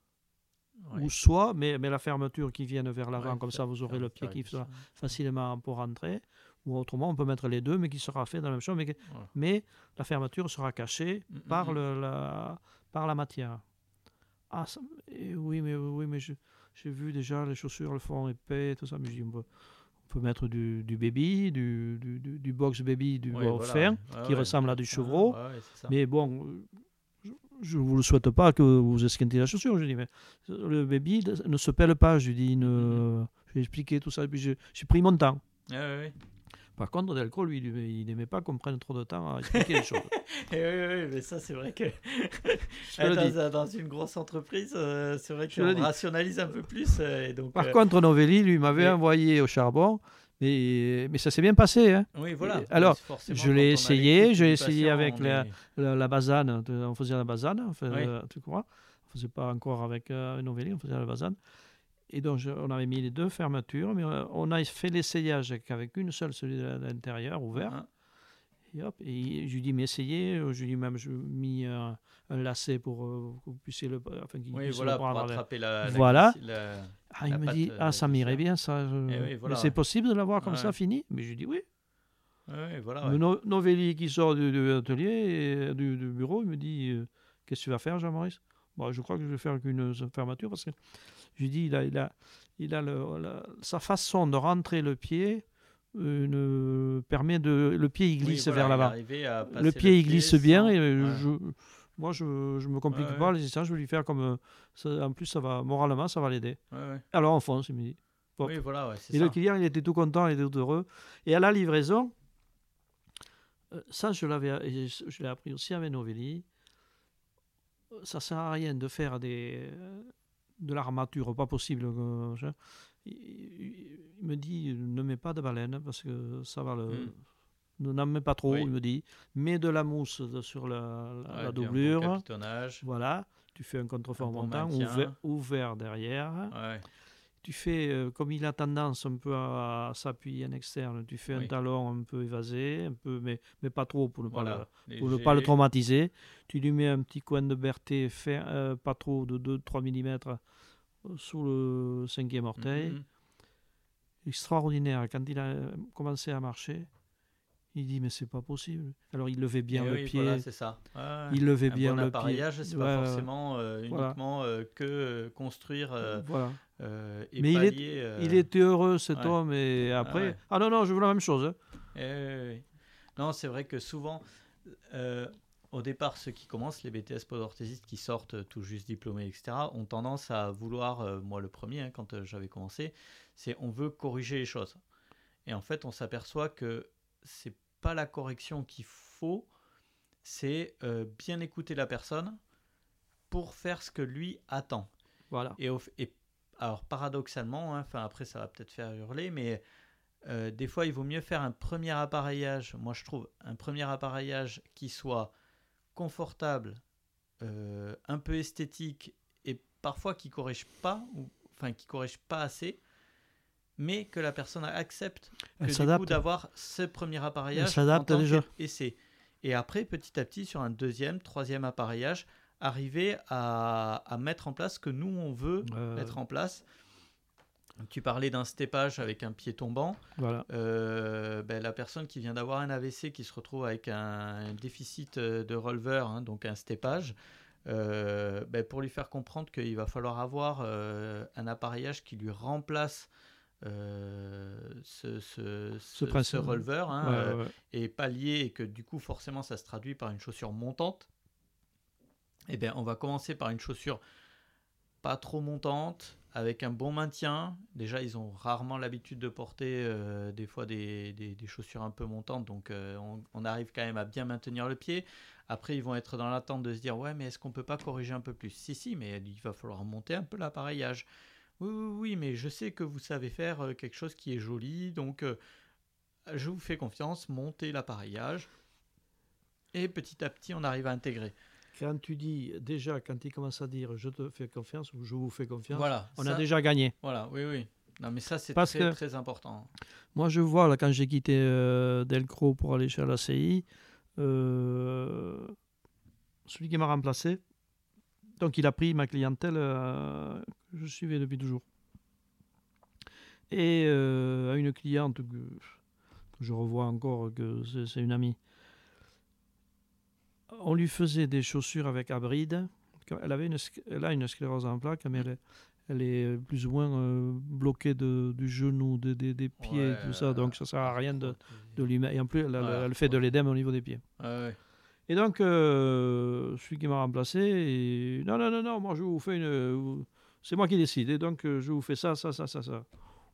Ouais. ou soit, mais, mais la fermeture qui vienne vers l'avant, Ouais, comme faire- ça vous aurez faire- le pied faire qui une sera mission. facilement pour rentrer, ou autrement on peut mettre les deux, mais qui sera fait dans la même chose, mais, que- Voilà. mais la fermeture sera cachée Mm, mm, par, mm. le, la, par la matière. Ah, ça- et oui, mais, oui, mais je- j'ai vu déjà les chaussures, le fond épais, tout ça, mais je dis, on peut, on peut mettre du, du baby, du, du, du- du box baby, du Ouais, bon voilà, fer, ouais. Ouais, qui ouais. ressemble à du Ah, chevreau. ouais, ouais, c'est ça. Mais bon, euh, je ne vous le souhaite pas que vous esquintez la chaussure. Je dis, mais le baby ne se pèle pas. Je dis, ne... je vais expliquer tout ça. Et puis j'ai j'ai pris mon temps. Ouais, ouais, ouais. Par contre, Delcro, lui, il n'aimait pas qu'on prenne trop de temps à expliquer les choses. Et oui, oui, mais ça, c'est vrai que Je te le dis. dans, dans une grosse entreprise, euh, c'est vrai Je te le qu'on dis. rationalise un peu plus. euh, et donc, Par euh, contre, Novelli, lui, m'avait mais- envoyé au charbon. Mais, mais ça s'est bien passé. Hein. oui, voilà. Et alors, Forcément, je quand on a l'ai essayé, l'écoute j'ai du essayé patient, avec on la- est- La, la basane, on faisait la basane, enfin, Oui. euh, tu crois. On faisait pas encore avec euh, Novelli, on faisait la basane. Et donc, je- on avait mis les deux fermetures, mais on, on a fait l'essayage qu'avec une seule, celui de l'intérieur, ouvert. Hein, Et hop, et je lui dis, mais essayez. Je lui dis même, je mis un, un lacet pour euh, que vous puissiez le, enfin, qu'il oui, puisse voilà, le pour prendre. avec- attraper la, la Voilà. glissi- la- Ah, il la me patte, dit, euh, ah, ça m'irait glissière. bien, ça. je- Eh oui, voilà, mais c'est ouais. possible de l'avoir comme Ouais. ça, fini? Mais je lui dis, oui. Ouais, ouais, voilà, Le ouais. No- Novelli qui sort du, de l'atelier, et du, du bureau, il me dit, euh, qu'est-ce que tu vas faire, Jean-Maurice? Bon, je crois que je vais faire qu'une fermeture parce que je lui dis, il a, il a, il a le- la- sa façon de rentrer le pied euh, ne permet de. Le pied, il Oui, glisse voilà, vers il l'avant. arrivait à passer Le pied, il glisse bien sans- et ouais. je, moi, je ne me complique Ouais, pas. ouais. Les essais, je vais lui faire comme. euh, ça- en plus, ça va, moralement, ça va l'aider. Ouais, ouais. Alors, on fonce, il me dit. Hop. Oui, voilà, ouais, c'est Et ça. le client, il était tout content, il était tout heureux. Et à la livraison, euh, ça, je l'avais, et je, je l'ai appris aussi avec Novelli. Ça ne sert à rien de faire des, de l'armature, pas possible. euh, je- il, il- il me dit, ne mets pas de baleine parce que ça va le. Mm. Ne n'en mets pas trop, Oui. il me dit. Mets de la mousse de- sur la, la- Ouais, la puis un bon doublure. capitonnage. Voilà. Tu fais un contrefort Un bon montant maintien. ouvert, ouvert derrière. Ouais. Tu fais, euh, comme il a tendance un peu à, à s'appuyer en externe, tu fais Oui. un talon un peu évasé, un peu, mais, mais pas trop pour ne, Voilà. pas, le, pour ne pas le traumatiser. Tu lui mets un petit coin de berthet, fin, euh, pas trop, de deux trois millimètres sous le cinquième orteil. Mhm. Extraordinaire. Quand il a commencé à marcher, il dit mais c'est pas possible. Alors il levait bien Et le oui, pied, voilà, c'est ça. Ouais. il levait Un bien bon le pied. appareillage, c'est Ouais, pas ouais, forcément euh, Voilà. uniquement euh, que euh, construire euh, voilà. euh, et Mais il est- pallier. euh, Il était heureux cet ouais. homme et après ouais. ah non non je veux la même chose. Hein. eh, oui, oui. Non, c'est vrai que souvent, euh, au départ, ceux qui commencent, les B T S podorthésistes qui sortent tout juste diplômés, et cetera, ont tendance à vouloir, euh, moi le premier, hein, quand euh, j'avais commencé, c'est on veut corriger les choses. Et en fait, on s'aperçoit que c'est pas la correction qu'il faut, c'est euh, bien écouter la personne pour faire ce que lui attend. Voilà. Et, au, et alors paradoxalement, hein, après ça va peut-être faire hurler, mais euh, des fois il vaut mieux faire un premier appareillage, moi je trouve, un premier appareillage qui soit confortable, euh, un peu esthétique et parfois qui corrige pas, ou, enfin qui corrige pas assez, mais que la personne accepte que Elle du s'adapte. coup d'avoir ce premier appareillage Elle s'adapte en tant déjà. qu'essai. Et après, petit à petit, sur un deuxième, troisième appareillage, arriver à, à mettre en place ce que nous, on veut Euh, mettre en place. Tu parlais d'un stépage avec un pied tombant. Voilà. Euh, ben, la personne qui vient d'avoir un A V C, qui se retrouve avec un, un déficit de releveur, hein, donc un stépage, euh, ben, pour lui faire comprendre qu'il va falloir avoir euh, un appareillage qui lui remplace Euh, ce, ce, ce, ce, ce releveur hein, ouais, euh, ouais. et pallier, et que du coup forcément ça se traduit par une chaussure montante, et bien on va commencer par une chaussure pas trop montante avec un bon maintien. Déjà ils ont rarement l'habitude de porter euh, des fois des, des, des chaussures un peu montantes, donc euh, on, on arrive quand même à bien maintenir le pied. Après ils vont être dans l'attente de se dire ouais mais est-ce qu'on peut pas corriger un peu plus? Si si, mais il va falloir monter un peu l'appareillage. Oui, oui, oui, mais je sais que vous savez faire quelque chose qui est joli, donc euh, je vous fais confiance, montez l'appareillage, et petit à petit, on arrive à intégrer. Quand tu dis, déjà, quand il commence à dire je te fais confiance ou je vous fais confiance, voilà, on ça, a déjà gagné. Voilà, oui, oui. Non, mais ça, c'est Parce très, que très important. Moi, je vois, là, quand j'ai quitté euh, Delcro pour aller chez la C I, euh, celui qui m'a remplacé, donc il a pris ma clientèle euh, que je suivais depuis toujours. Et euh, à une cliente que, que je revois encore, que c'est, c'est une amie, on lui faisait des chaussures avec abride. Elle, avait une, elle a une sclérose en plaques, mais elle est, elle est plus ou moins euh, bloquée de, du genou, de, de, des pieds, ouais, tout ça. Donc ça ne sert à rien de, de lui mettre. Et en plus, elle, ouais, elle, elle fait de l'édème au niveau des pieds. Ouais, ouais. Et donc, euh, celui qui m'a remplacé, et, non, non, non, non, moi je vous fais une. C'est moi qui décide. Et donc, je vous fais ça, ça, ça, ça, ça.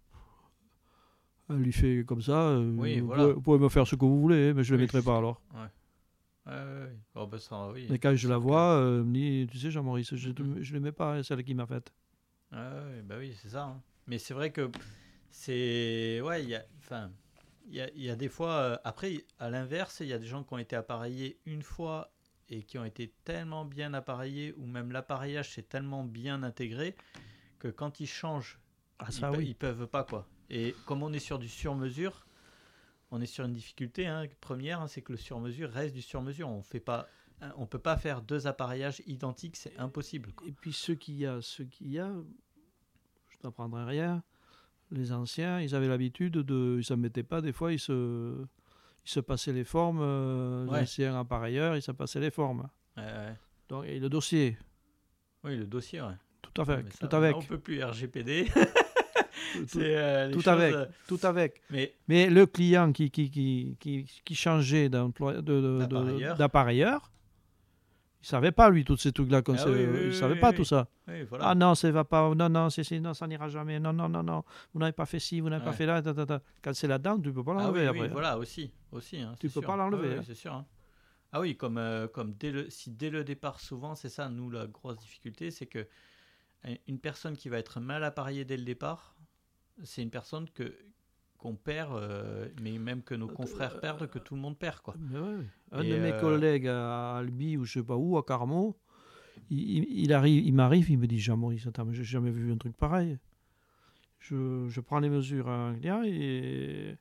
Elle lui fait comme ça. Euh, oui, vous, voilà. pouvez, vous pouvez me faire ce que vous voulez, mais je ne oui, le mettrai je... pas alors. Ouais. Ouais, ouais. Oh, bah ça, oui. Et quand je la vois, que... euh, elle me dit, tu sais Jean-Maurice, je ne mm-hmm. l'aimais pas, celle qui m'a faite. Ah ouais, bah oui, c'est ça. Hein. Mais c'est vrai que c'est... Ouais, il y a... Enfin, il y a, y a des fois... Euh, après, à l'inverse, il y a des gens qui ont été appareillés une fois et qui ont été tellement bien appareillés, ou même l'appareillage s'est tellement bien intégré, que quand ils changent, ah, ça, ils, oui. ils peuvent pas, quoi. Et comme on est sur du sur-mesure, on est sur une difficulté hein, première, hein, c'est que le sur-mesure reste du sur-mesure. On fait pas, on peut pas faire deux appareillages identiques, c'est impossible. Quoi. Et puis ce qu'il y a, ce qu'il y a, je t'apprendrai rien. Les anciens, ils avaient l'habitude de, ils s'en mettaient pas. Des fois, ils se, ils se passaient les formes. Euh, ouais. L'ancien appareilleur, ils se passaient les formes. Ouais, ouais. Donc et le dossier. Oui, le dossier, ouais. Tout avec, ouais, ça, tout avec. On peut plus R G P D. tout, c'est, euh, tout choses, avec, euh... tout avec. Mais, Mais le client qui, qui, qui, qui, qui changeait de, de, de, d'appareilleur. d'appareilleur, il savait pas lui tous ces trucs là. Ah, oui, oui, il oui, savait oui, pas oui. tout ça. Oui, voilà. Ah non, ça va pas. Non, non, c'est, c'est, non, ça n'ira jamais. Non, non, non, non. Vous n'avez pas fait ci, vous n'avez ouais. pas fait là. Ta, ta, ta. Quand c'est là-dedans, tu peux pas l'enlever ah, oui, après. Oui, voilà aussi, aussi. Hein, tu peux sûr. pas l'enlever. Oui, hein. oui, c'est sûr. Hein. Ah oui, comme, euh, comme dès le, si dès le départ, souvent, c'est ça, nous, la grosse difficulté, c'est que une personne qui va être mal appareillée dès le départ, c'est une personne que, qu'on perd, euh, mais même que nos confrères euh, perdent, que tout le monde perd. Quoi. Ouais. Un Et de mes euh... collègues à Albi, ou je sais pas où, à Carmont, il, il, arrive, il m'arrive, il me dit Jean-Maurice, attends, mais j'ai jamais vu un truc pareil. Je, je prends les mesures à un client et,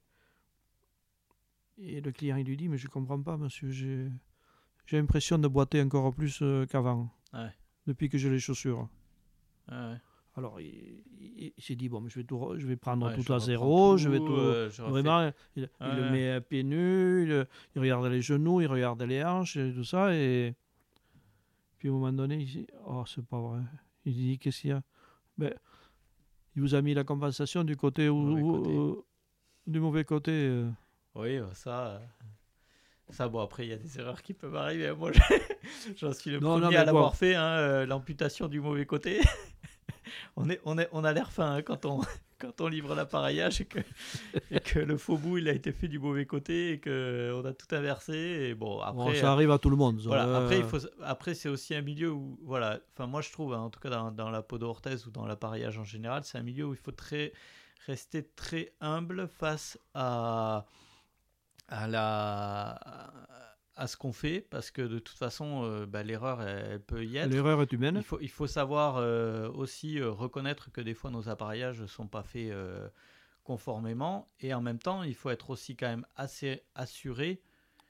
et le client il lui dit mais je comprends pas monsieur, j'ai, j'ai l'impression de boiter encore plus qu'avant, ouais. depuis que j'ai les chaussures. Ouais. Alors il, il, il s'est dit bon, je vais, tout, je vais prendre ouais, tout je à zéro, tout, je vais tout euh, je vraiment. Il, ouais. il le met à pieds nus, il, il regarde les genoux, il regarde les hanches et tout ça et puis à un moment donné il dit oh c'est pas vrai. Il dit qu'est-ce qu'il y a? Ben, il vous a mis la compensation du côté, où, mauvais côté. Où, du mauvais côté. Euh. Oui, ça. Ça, bon, après, il y a des erreurs qui peuvent arriver. Moi, j'en suis le Non, premier non, à l'avoir bon. fait, hein, euh, l'amputation du mauvais côté. on, est, on, est, on a l'air fin hein, quand, on, quand on livre l'appareillage et que, et que le faux bout il a été fait du mauvais côté et qu'on a tout inversé. Et bon, après, bon, ça arrive à tout le monde. Voilà, euh... après, il faut, après, c'est aussi un milieu où, voilà, enfin, moi je trouve, hein, en tout cas dans, dans la podo-orthèse ou dans l'appareillage en général, c'est un milieu où il faut très, rester très humble face à, à, la, à ce qu'on fait, parce que de toute façon, euh, bah, l'erreur, elle, elle peut y être. L'erreur est humaine. Il faut, il faut savoir euh, aussi euh, reconnaître que des fois nos appareillages ne sont pas faits euh, conformément, et en même temps, il faut être aussi quand même assez assuré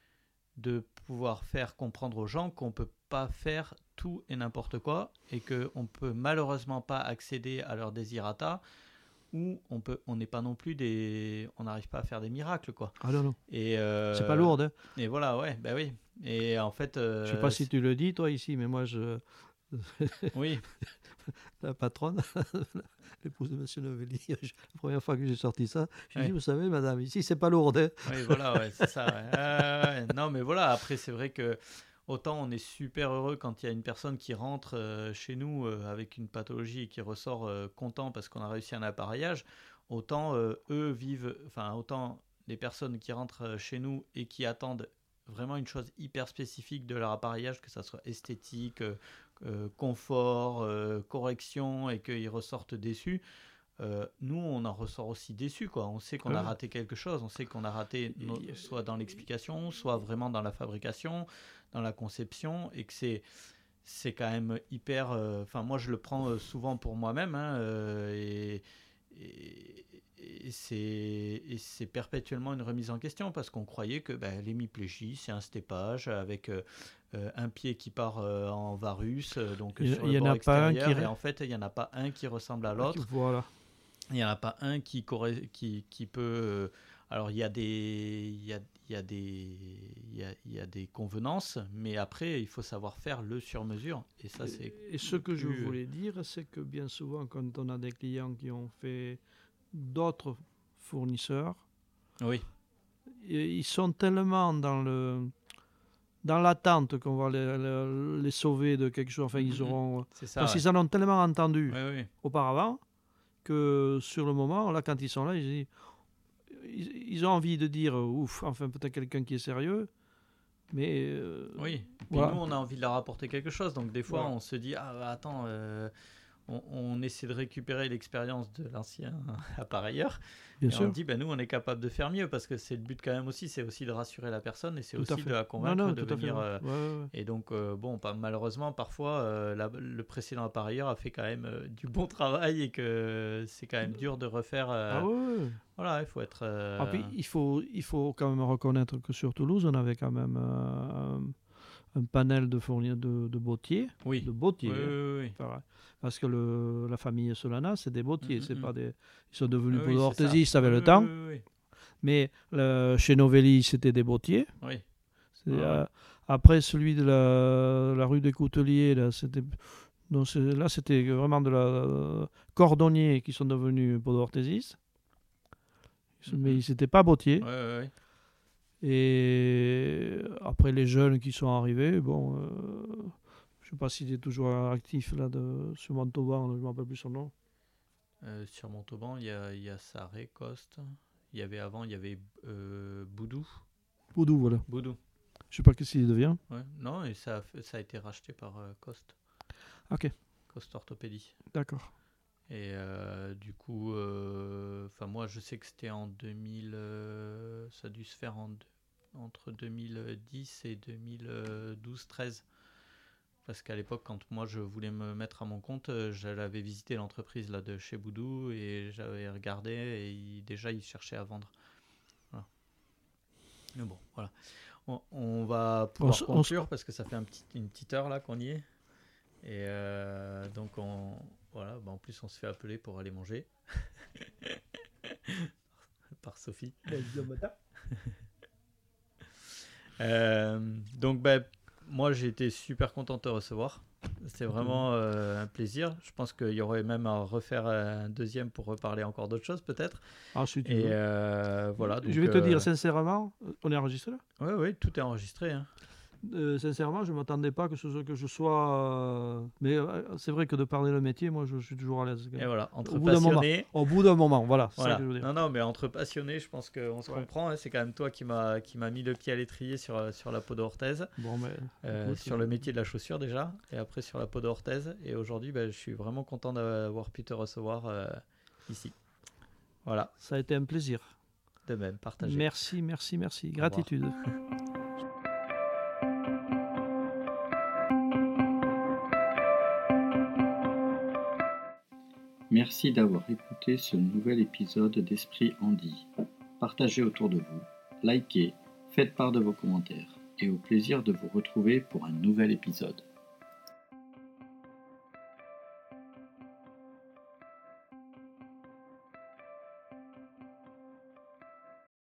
de pouvoir faire comprendre aux gens qu'on ne peut pas faire tout et n'importe quoi et qu'on ne peut malheureusement pas accéder à leur désirata ou on peut, on n'est pas non plus des... on n'arrive pas à faire des miracles, quoi. Ah non, non. Et euh, c'est pas lourd, hein. Et voilà, ouais, bah oui. Et en fait... Euh, je sais pas si tu le dis, toi, ici, mais moi, je... oui. La patronne, l'épouse de Monsieur Novelli, la première fois que j'ai sorti ça, j'ai ouais. dit, vous savez, madame, ici, c'est pas lourd, hein. Oui, voilà, ouais, c'est ça. Ouais. Euh, ouais. Non, mais voilà, après, c'est vrai que autant on est super heureux quand il y a une personne qui rentre euh, chez nous euh, avec une pathologie et qui ressort euh, content parce qu'on a réussi un appareillage, autant euh, eux vivent, enfin autant les personnes qui rentrent chez nous et qui attendent vraiment une chose hyper spécifique de leur appareillage, que ça soit esthétique, euh, euh, confort, euh, correction, et qu'ils ressortent déçus. Euh, nous, on en ressort aussi déçus, quoi. On sait qu'on a raté quelque chose, on sait qu'on a raté no- soit dans l'explication, soit vraiment dans la fabrication, dans la conception, et que c'est, c'est quand même hyper... Enfin, euh, moi, je le prends euh, souvent pour moi-même, hein, euh, et, et, et, c'est, et c'est perpétuellement une remise en question, parce qu'on croyait que bah, l'hémiplégie, c'est un stépage avec... Euh, Euh, un pied qui part euh, en varus, euh, donc il, sur il le bord extérieur, qui... et en fait, il n'y en a pas un qui ressemble à l'autre. Voilà. Il n'y en a pas un qui, qui, qui peut... Euh, alors, il y a des... Il y a, il y a des... Il y a, il y a des convenances, mais après, il faut savoir faire le sur-mesure. Et ça, c'est... Et, et ce que plus... je voulais dire, c'est que bien souvent, quand on a des clients qui ont fait d'autres fournisseurs, oui. ils sont tellement dans le... dans l'attente qu'on va les, les, les sauver de quelque chose. Enfin, ils auront... C'est ça, parce ouais. qu'ils en ont tellement entendu oui, oui. auparavant que sur le moment, là, quand ils sont là, ils, ils, ils ont envie de dire ouf, enfin, peut-être quelqu'un qui est sérieux. Mais... Euh, oui. Puis voilà. Nous, on a envie de leur apporter quelque chose. Donc, des fois, voilà. on se dit ah, bah, attends... Euh... On, on essaie de récupérer l'expérience de l'ancien appareilleur. Bien et sûr. On dit, ben nous, on est capable de faire mieux, parce que c'est le but quand même aussi, c'est aussi de rassurer la personne, et c'est tout aussi de la convaincre non, non, de venir... Euh, ouais, ouais, ouais. Et donc, euh, bon, pas, malheureusement, parfois, euh, la, le précédent appareilleur a fait quand même euh, du bon travail, et que c'est quand même dur de refaire... Euh, ah ouais. Voilà, il faut être... Euh... Ah, puis, il, faut, il faut quand même reconnaître que sur Toulouse, on avait quand même... Euh, un panel de fourniers de, de bottiers. Oui. De bottiers. Oui, oui, oui. Enfin, parce que le, la famille Solana, c'est des bottiers. Mm-hmm. C'est pas des, ils sont devenus oui, orthésistes avec oui, le temps. Oui, oui, oui. Mais le, chez Novelli, c'était des bottiers. Oui. C'est, ouais. euh, après, celui de la, la rue des Couteliers, là, c'était, donc c'est, là, c'était vraiment de la euh, cordonniers qui sont devenus podo-orthésistes. Mm-hmm. Mais ils n'étaient pas bottiers. Oui, oui, oui. Et après les jeunes qui sont arrivés, bon, euh, je ne sais pas s'il est toujours actif là de, sur Montauban, je ne me rappelle plus son nom. Euh, sur Montauban, il y a, y a Sarré, Coste. Il y avait avant, il y avait euh, Boudou. Boudou, voilà. Boudou. Je ne sais pas qu'est-ce qu'il devient. Ouais. Non, et ça a, ça a été racheté par euh, Coste. Ok. Coste Orthopédie. D'accord. Et euh, du coup, enfin euh, moi je sais que c'était en deux mille, euh, ça a dû se faire en, entre deux mille dix et deux mille douze treize. Parce qu'à l'époque, quand moi je voulais me mettre à mon compte, j'avais visité l'entreprise là de chez Boudou et j'avais regardé et il, déjà ils cherchaient à vendre. Voilà. Mais bon, voilà. On, on va pouvoir on, conclure on... parce que ça fait un petit, une petite heure là qu'on y est. Et euh, donc on... Voilà, bah en plus on se fait appeler pour aller manger par Sophie. euh, donc bah, moi, j'ai été super content de te recevoir. C'était vraiment euh, un plaisir. Je pense qu'il y aurait même à refaire un deuxième pour reparler encore d'autres choses, peut-être. Ah, si tu Et veux. euh, voilà. Je vais te euh... dire sincèrement, on est enregistré là ? Oui, oui, tout est enregistré. Hein. Euh, sincèrement, je ne m'attendais pas que, ce, que je sois... Euh... Mais euh, c'est vrai que de parler le métier, moi, je, je suis toujours à l'aise. Et voilà, entre au passionnés... Au bout d'un moment, voilà. C'est voilà. ça que je veux dire. Non, non, mais entre passionnés, je pense qu'on se ouais. comprend. Hein. C'est quand même toi qui m'as qui m'a mis le pied à l'étrier sur, sur la peau d'orthèse. Bon, mais, euh, écoute, sur euh... le métier de la chaussure déjà, et après sur la peau d'orthèse. Et aujourd'hui, bah, je suis vraiment content d'avoir pu te recevoir euh, ici. Voilà. Ça a été un plaisir. De même, partagé. Merci, merci, merci. Gratitude. Merci d'avoir écouté ce nouvel épisode d'Esprit Handi. Partagez autour de vous, likez, faites part de vos commentaires et au plaisir de vous retrouver pour un nouvel épisode.